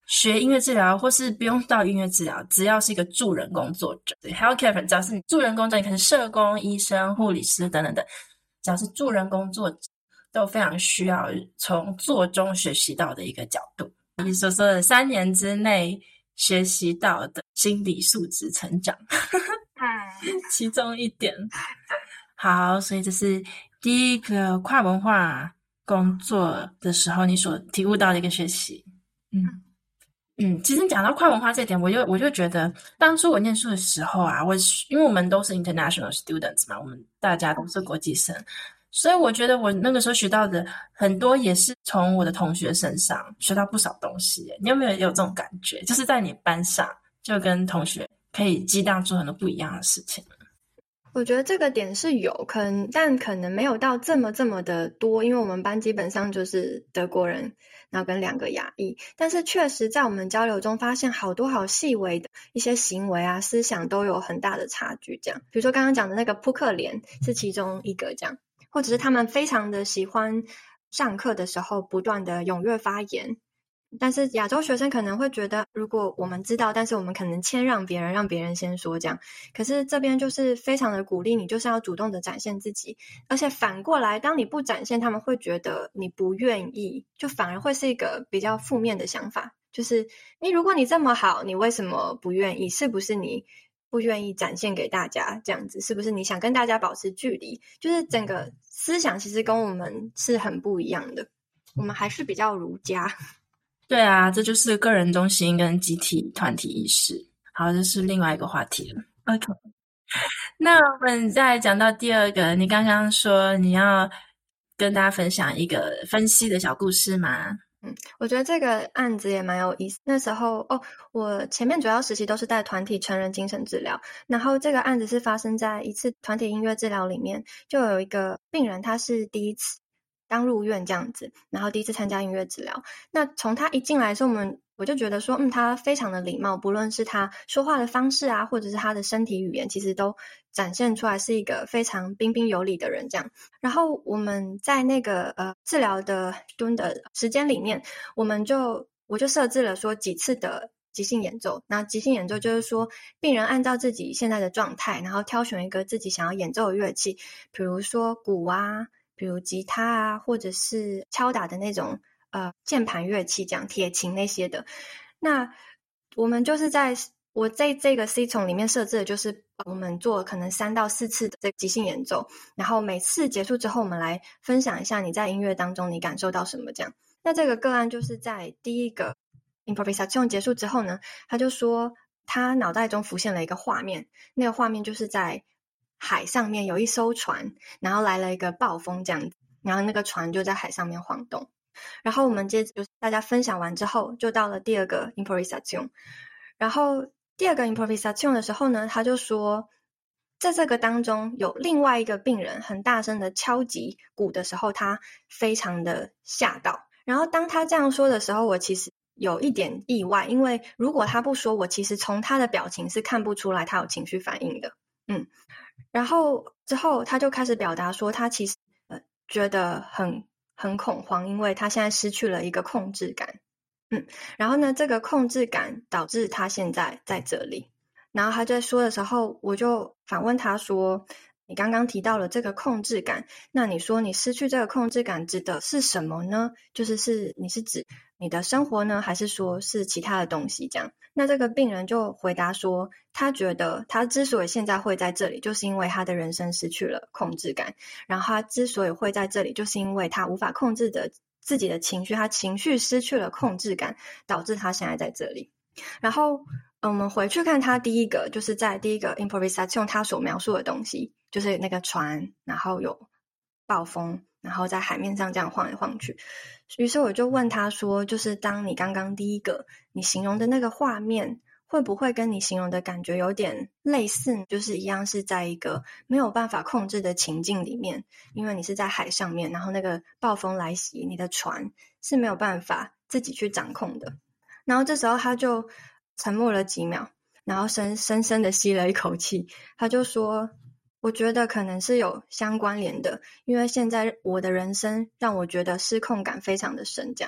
学音乐治疗或是不用到音乐治疗，只要是一个助人工作者 ，healthcare 只要是助人工作者，你可能社工、医生、护理师等等等，只要是助人工作者，都非常需要从做中学习到的一个角度。你所说的3年之内学习到的心理素质成长，其中一点。好，所以这是第一个跨文化工作的时候你所体悟到的一个学习。其实讲到跨文化这点，我就觉得当初我念书的时候啊，因为我们都是 international students 嘛，我们大家都是国际生，所以我觉得我那个时候学到的很多也是从我的同学身上学到不少东西。你有没有这种感觉？就是在你班上就跟同学可以激荡出很多不一样的事情。 我觉得这个点是有但可能没有到这么的多，因为我们班基本上就是德国人，然后跟2个亚裔，但是确实在我们交流中发现好多好细微的一些行为啊、思想都有很大的差距。这样，比如说刚刚讲的那个扑克脸是其中一个，这样，或者是他们非常的喜欢上课的时候不断的踊跃发言。但是亚洲学生可能会觉得，如果我们知道，但是我们可能谦让别人，让别人先说这样。可是这边就是非常的鼓励你，就是要主动的展现自己。而且反过来，当你不展现，他们会觉得你不愿意，就反而会是一个比较负面的想法。就是如果你这么好，你为什么不愿意？是不是你不愿意展现给大家这样子？是不是你想跟大家保持距离？就是整个思想其实跟我们是很不一样的，我们还是比较儒家。 对啊，这就是个人中心跟集体团体意识。好，这是另外一个话题了。OK， 那我们再讲到第二个，你刚刚说你要跟大家分享一个分析的小故事吗？ 我觉得这个案子也蛮有意思。那时候我前面主要实习都是在团体成人精神治疗，然后这个案子是发生在一次团体音乐治疗里面，就有一个病人他是第一次刚入院这样子，然后第一次参加音乐治疗。那从他一进来的时候，我就觉得说他非常的礼貌，不论是他说话的方式啊，或者是他的身体语言，其实都展现出来是一个非常彬彬有礼的人这样。然后我们在那个治疗的时间里面，我就设置了说几次的即兴演奏。那即兴演奏就是说病人按照自己现在的状态，然后挑选一个自己想要演奏的乐器，比如说鼓啊，比如吉他啊，或者是敲打的那种键盘乐器，这样铁琴那些的。那我们就是我在这个 C 丛里面设置的就是我们做可能3到4次的这个即兴演奏，然后每次结束之后我们来分享一下你在音乐当中你感受到什么这样。那这个个案就是在第一个 improvisation 结束之后呢，他就说他脑袋中浮现了一个画面，那个画面就是在海上面有一艘船，然后来了一个暴风这样子，然后那个船就在海上面晃动。然后我们接着就是大家分享完之后，就到了第二个 improvisation。然后第二个 improvisation 的时候呢，他就说在这个当中有另外一个病人很大声的敲击鼓的时候，他非常的吓到。然后当他这样说的时候，我其实有一点意外，因为如果他不说，我其实从他的表情是看不出来他有情绪反应的。然后之后他就开始表达说他其实觉得很恐慌，因为他现在失去了一个控制感。然后呢，这个控制感导致他现在在这里。然后他在说的时候，我就反问他说，你刚刚提到了这个控制感，那你说你失去这个控制感指的是什么呢？就是你是指你的生活呢，还是说是其他的东西这样？那这个病人就回答说，他觉得他之所以现在会在这里，就是因为他的人生失去了控制感。然后他之所以会在这里，就是因为他无法控制的自己的情绪，他情绪失去了控制感，导致他现在在这里。然后我们回去看他第一个，就是在第一个 improvisation 他所描述的东西，就是那个船，然后有暴风，然后在海面上这样晃来晃去。于是我就问他说，就是当你刚刚第一个你形容的那个画面，会不会跟你形容的感觉有点类似，就是一样是在一个没有办法控制的情境里面，因为你是在海上面，然后那个暴风来袭，你的船是没有办法自己去掌控的。然后这时候他就沉默了几秒，然后深深的吸了一口气，他就说，我觉得可能是有相关联的，因为现在我的人生让我觉得失控感非常的深这样。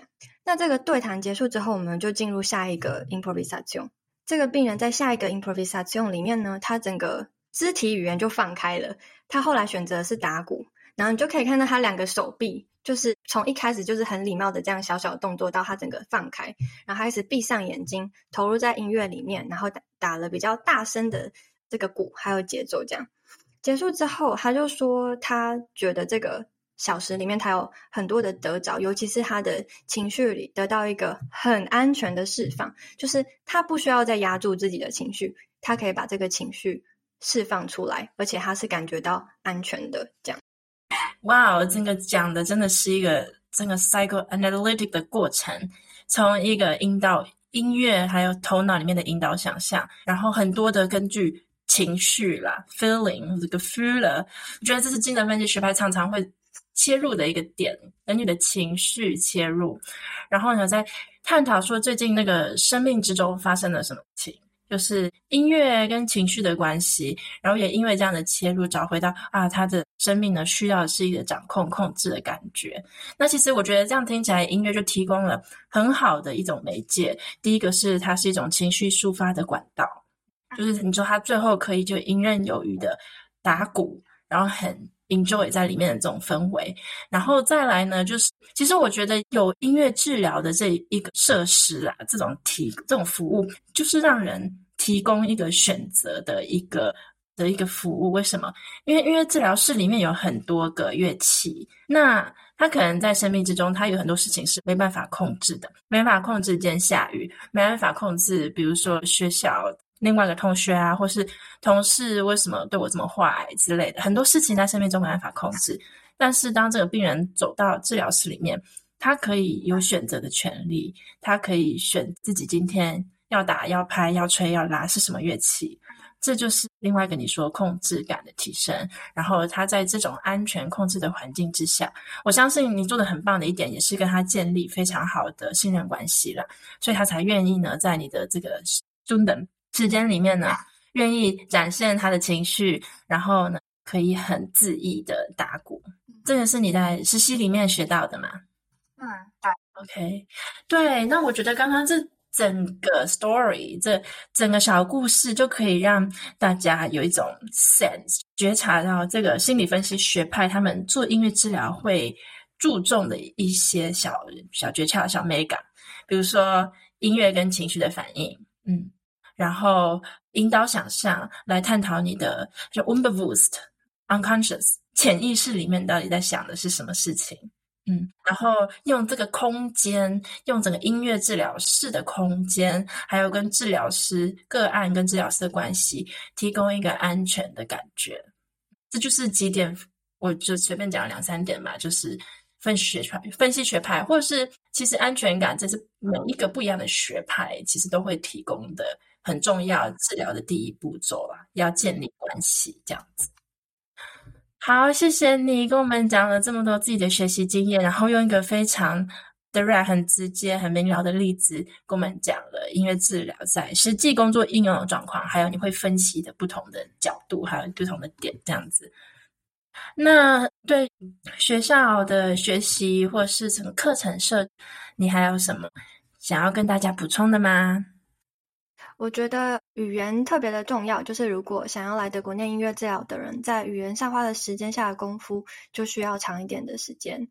那这个对谈结束之后，我们就进入下一个 improvisation。这个病人在下一个 improvisation 里面呢，他整个肢体语言就放开了，他后来选择的是打鼓，然后你就可以看到他2个手臂就是从一开始就是很礼貌的这样小小的动作，到他整个放开，然后开始闭上眼睛投入在音乐里面，然后打了比较大声的这个鼓还有节奏。这样结束之后，他就说他觉得这个小时里面他有很多的得着，尤其是他的情绪里得到一个很安全的释放，就是他不需要再压住自己的情绪，他可以把这个情绪释放出来，而且他是感觉到安全的。这样， 哇，这个讲的真的是一个整个 psychoanalytic 的过程，从一个引导音乐还有头脑里面的引导想象，然后很多的根据情绪啦 feeling 这个 feeler， 我觉得这是精神分析学派常常会切入的一个点，根据你的情绪切入，然后呢再探讨说最近那个生命之中发生了什么事情，就是音乐跟情绪的关系，然后也因为这样的切入找回到他的生命呢需要的是一个掌控控制的感觉。那其实我觉得这样听起来音乐就提供了很好的一种媒介，第一个是它是一种情绪抒发的管道，就是你说它最后可以就游刃有余的打鼓，然后很enjoy 在里面的这种氛围。然后再来呢，就是其实我觉得有音乐治疗的这一个设施啊，这种服务就是让人提供一个选择的一个服务。为什么？因为音乐治疗室里面有很多个乐器，那他可能在生命之中他有很多事情是没办法控制的，没办法控制今天下雨，没办法控制比如说学校另外一个同学啊，或是同事为什么对我这么坏之类的，很多事情在生命中没办法控制。但是当这个病人走到治疗室里面，他可以有选择的权利，他可以选自己今天要打要拍要吹要拉是什么乐器，这就是另外一个你说控制感的提升。然后他在这种安全控制的环境之下，我相信你做的很棒的一点也是跟他建立非常好的信任关系了，所以他才愿意呢在你的这个中等时间里面呢愿意展现他的情绪，然后呢可以很恣意的打鼓。这个是你在实习里面学到的吗？ 对。 OK， 对，那我觉得刚刚这整个 story 这整个小故事就可以让大家有一种 sense 觉察到这个心理分析学派他们做音乐治疗会注重的一些小诀窍小美感，比如说音乐跟情绪的反应，然后引导想象来探讨你的就 unbewusst unconscious 潜意识里面到底在想的是什么事情，然后用这个空间，用整个音乐治疗室的空间，还有跟治疗师个案跟治疗师的关系，提供一个安全的感觉。这就是几点，我就随便讲2-3点吧，就是分析学派，或者是其实安全感，这是每一个不一样的学派其实都会提供的很重要治疗的第一步骤啊，要建立关系这样子。好，谢谢你跟我们讲了这么多自己的学习经验，然后用一个非常 direct 很直接很明了的例子跟我们讲了音乐治疗在实际工作应用的状况，还有你会分析的不同的角度还有不同的点这样子。那对学校的学习或是什么课程设，你还有什么想要跟大家补充的吗？ 我觉得语言特别的重要，就是如果想要来德国念音乐治疗的人，在语言上花的时间下的功夫就需要长一点的时间。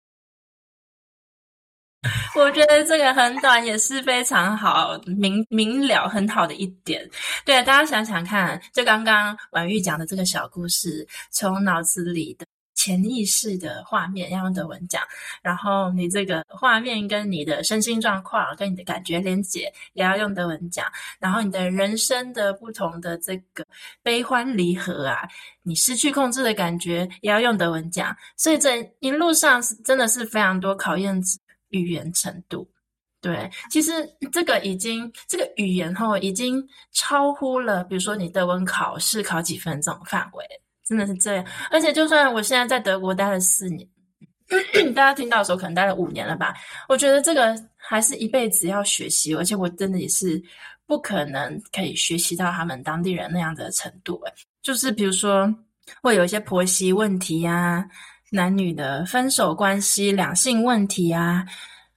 我觉得这个很短也是非常好明了很好的一点。对，大家想想看，就刚刚婉玉讲的这个小故事，从脑子里的潜意识的画面要用德文讲，然后你这个画面跟你的身心状况跟你的感觉连结也要用德文讲，然后你的人生的不同的这个悲欢离合啊，你失去控制的感觉也要用德文讲，所以这一路上真的是非常多考验语言程度。对，其实这个语言已经超乎了比如说你德文考试考几分这种范围，真的是这样。而且就算我现在在德国待了4年大家听到的时候可能待了5年了吧，我觉得这个还是一辈子要学习，而且我真的也是不可能可以学习到他们当地人那样的程度。就是比如说会有一些婆媳问题啊，男女的分手关系两性问题啊，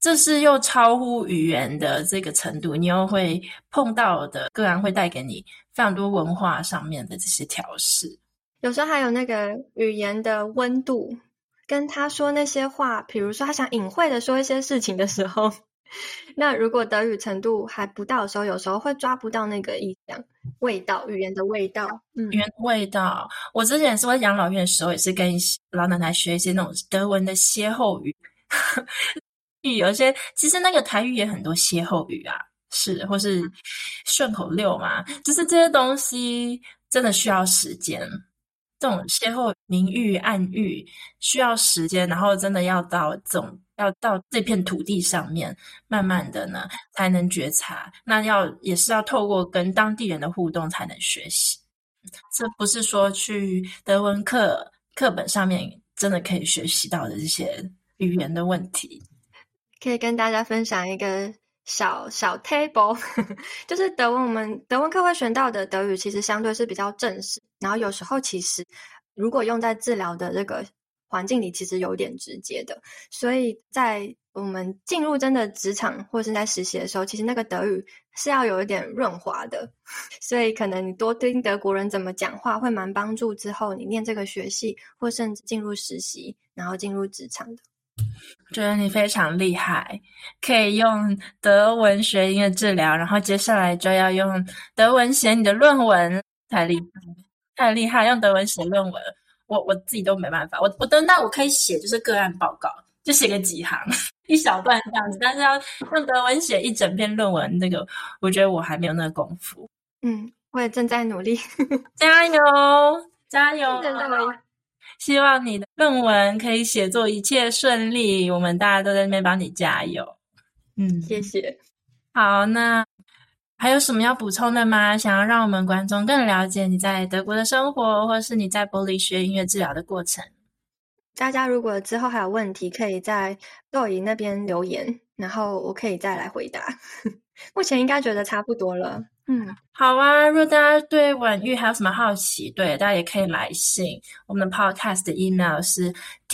这是又超乎语言的这个程度，你又会碰到的个案会带给你非常多文化上面的这些调试。 有时候还有那个语言的温度，跟他说那些话，比如说他想隐晦的说一些事情的时候，那如果德语程度还不到的时候，有时候会抓不到那个意象、味道、语言的味道。 语言的味道，我之前是在养老院的时候，也是跟老奶奶学一些那种德文的歇后语。有些其实那个台语也很多歇后语啊，是或是顺口溜嘛，就是这些东西真的需要时间。这种歇后明喻暗喻需要时间，然后真的要到这片土地上面，慢慢的呢才能觉察。那也是要透过跟当地人的互动才能学习。这不是说去德文课本上面真的可以学习到的这些语言的问题。 可以跟大家分享一个小 table 就是我们德文课会选到的德语其实相对是比较正式，然后有时候其实如果用在治疗的这个环境里其实有点直接的，所以在我们进入真的职场或是在实习的时候，其实那个德语是要有一点润滑的，所以可能你多听德国人怎么讲话会蛮帮助之后你念这个学系或甚至进入实习然后进入职场的。 觉得你非常厉害，可以用德文学音乐治疗，然后接下来就要用德文写你的论文，太厉害，用德文写论文，我自己都没办法。我等到我可以写就是个案报告，就写个几行一小段这样子，但是要用德文写一整篇论文，那个我觉得我还没有那个功夫。 我也正在努力加油加油！ 正在努力。 希望你的论文可以写作一切顺利，我们大家都在那边帮你加油。 谢谢。 好，那还有什么要补充的吗？想要让我们观众更了解你在德国的生活，或是你在柏林学音乐治疗的过程？ 大家如果之后还有问题，可以在豆姨那边留言，然后我可以再来回答。目前应该觉得差不多了。 好啊，如果大家对婉玉还有什么好奇，对，大家也可以来信。我们的 podcast 的 email 是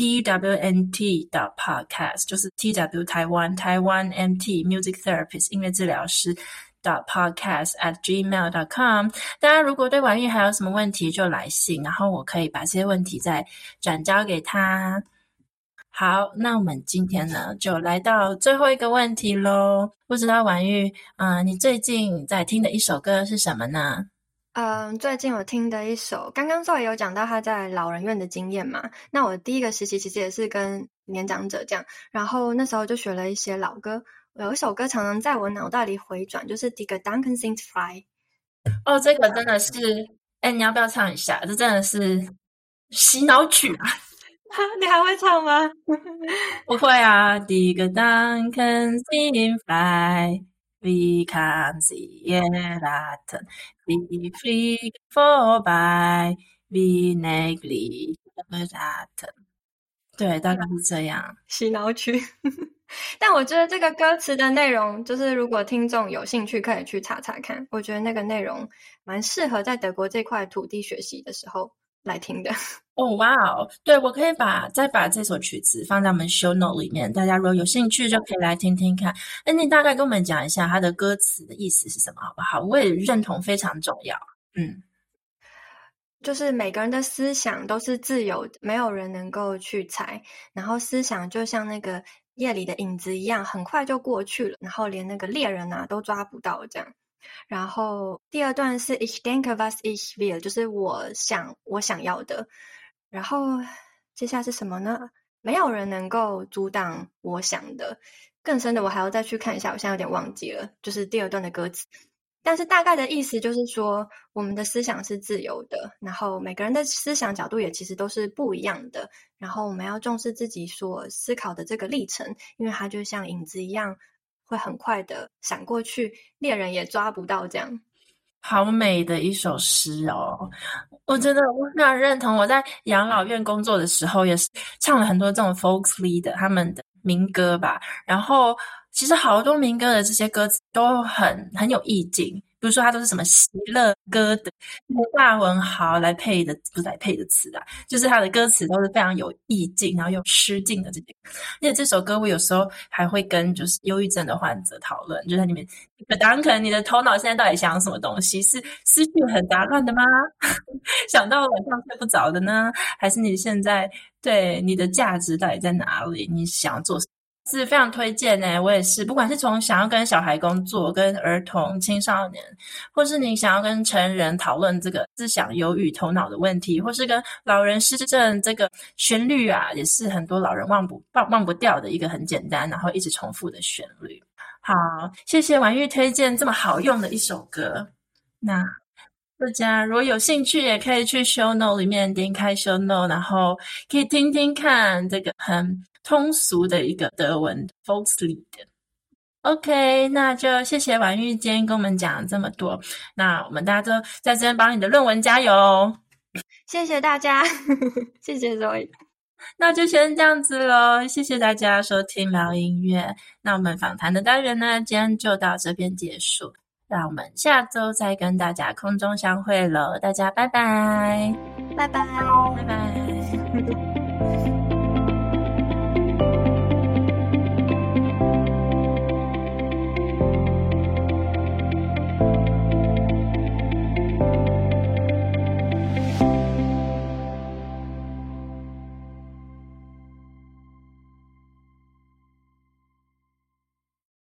twnt.podcast， 就是 TW 台湾 MT Music Therapist 音乐治疗师podcast@gmail.com。 大家如果对婉玉还有什么问题就来信，然后我可以把这些问题再转交给他。好，那我们今天呢就来到最后一个问题咯。不知道婉玉你最近在听的一首歌是什么呢？ 最近我听的一首，刚刚Zoe有讲到他在老人院的经验嘛，那我第一个实习其实也是跟年长者这样，然后那时候就学了一些老歌，有一首歌常常在我脑袋里回转，就是 Die Gedanken sind frei。 这个真的是你要不要唱一下？这真的是洗脑曲啊。 你还会唱吗？ 不会啊。Die Gedanken sind frei, wie kann sie erraten, sie fliegen vorbei, wie nächtlich erraten。对，大概是这样。 洗脑曲。但我觉得这个歌词的内容，就是如果听众有兴趣可以去查查看，我觉得那个内容蛮适合在德国这块土地学习的时候来听的。 哇哦，对，我可以再把这首曲子放在我们 show note 里面，大家如果有兴趣就可以来听听看。你大概跟我们讲一下它的歌词的意思是什么好不好？我也认同非常重要。 就是每个人的思想都是自由的，没有人能够去猜，然后思想就像那个夜里的影子一样，很快就过去了，然后连那个猎人都抓不到这样。然后第二段是 Ich denke was ich will， 就是我想要的。然后接下来是什么呢？没有人能够阻挡我想的。更深的我还要再去看一下，我现在有点忘记了，就是第二段的歌词。但是大概的意思就是说，我们的思想是自由的，然后每个人的思想角度也其实都是不一样的，然后我们要重视自己所思考的这个历程，因为它就像影子一样会很快的闪过去，猎人也抓不到这样。 好美的一首诗哦！我真的我非常认同。我在养老院工作的时候，也是唱了很多这种 Volkslied 他们的民歌吧。然后其实好多民歌的这些歌词都很有意境， 比如说它都是什么喜乐歌的大文豪来配的，不是来配的词啊，就是它的歌词都是非常有意境，然后有诗境的这些。而且这首歌我有时候还会跟就是忧郁症的患者讨论，就在里面可能你的头脑现在到底想什么东西？是思绪很杂乱的吗？想到晚上睡不着的呢？还是你现在对你的价值到底在哪里？你想要做什么？是非常推荐欸，我也是，不管是从想要跟小孩工作、跟儿童、青少年，或是你想要跟成人讨论这个思想忧郁头脑的问题，或是跟老人失智这个旋律啊，也是很多老人忘不掉的一个很简单然后一直重复的旋律。好，谢谢婉玉推荐这么好用的一首歌。那大家如果有兴趣，也可以去 show note 里面点开 show note， 然后可以听听看这个很通俗的一个德文 Volkslied。OK， 那就谢谢婉玉今天跟我们讲这么多。那我们大家都在这边帮你的论文加油。 谢谢大家，谢谢 Zoe。 那就先这样子咯，谢谢大家收听聊音乐。那我们访谈的单元呢，今天就到这边结束。让我们下周再跟大家空中相会了，大家拜拜， 拜拜， 拜拜。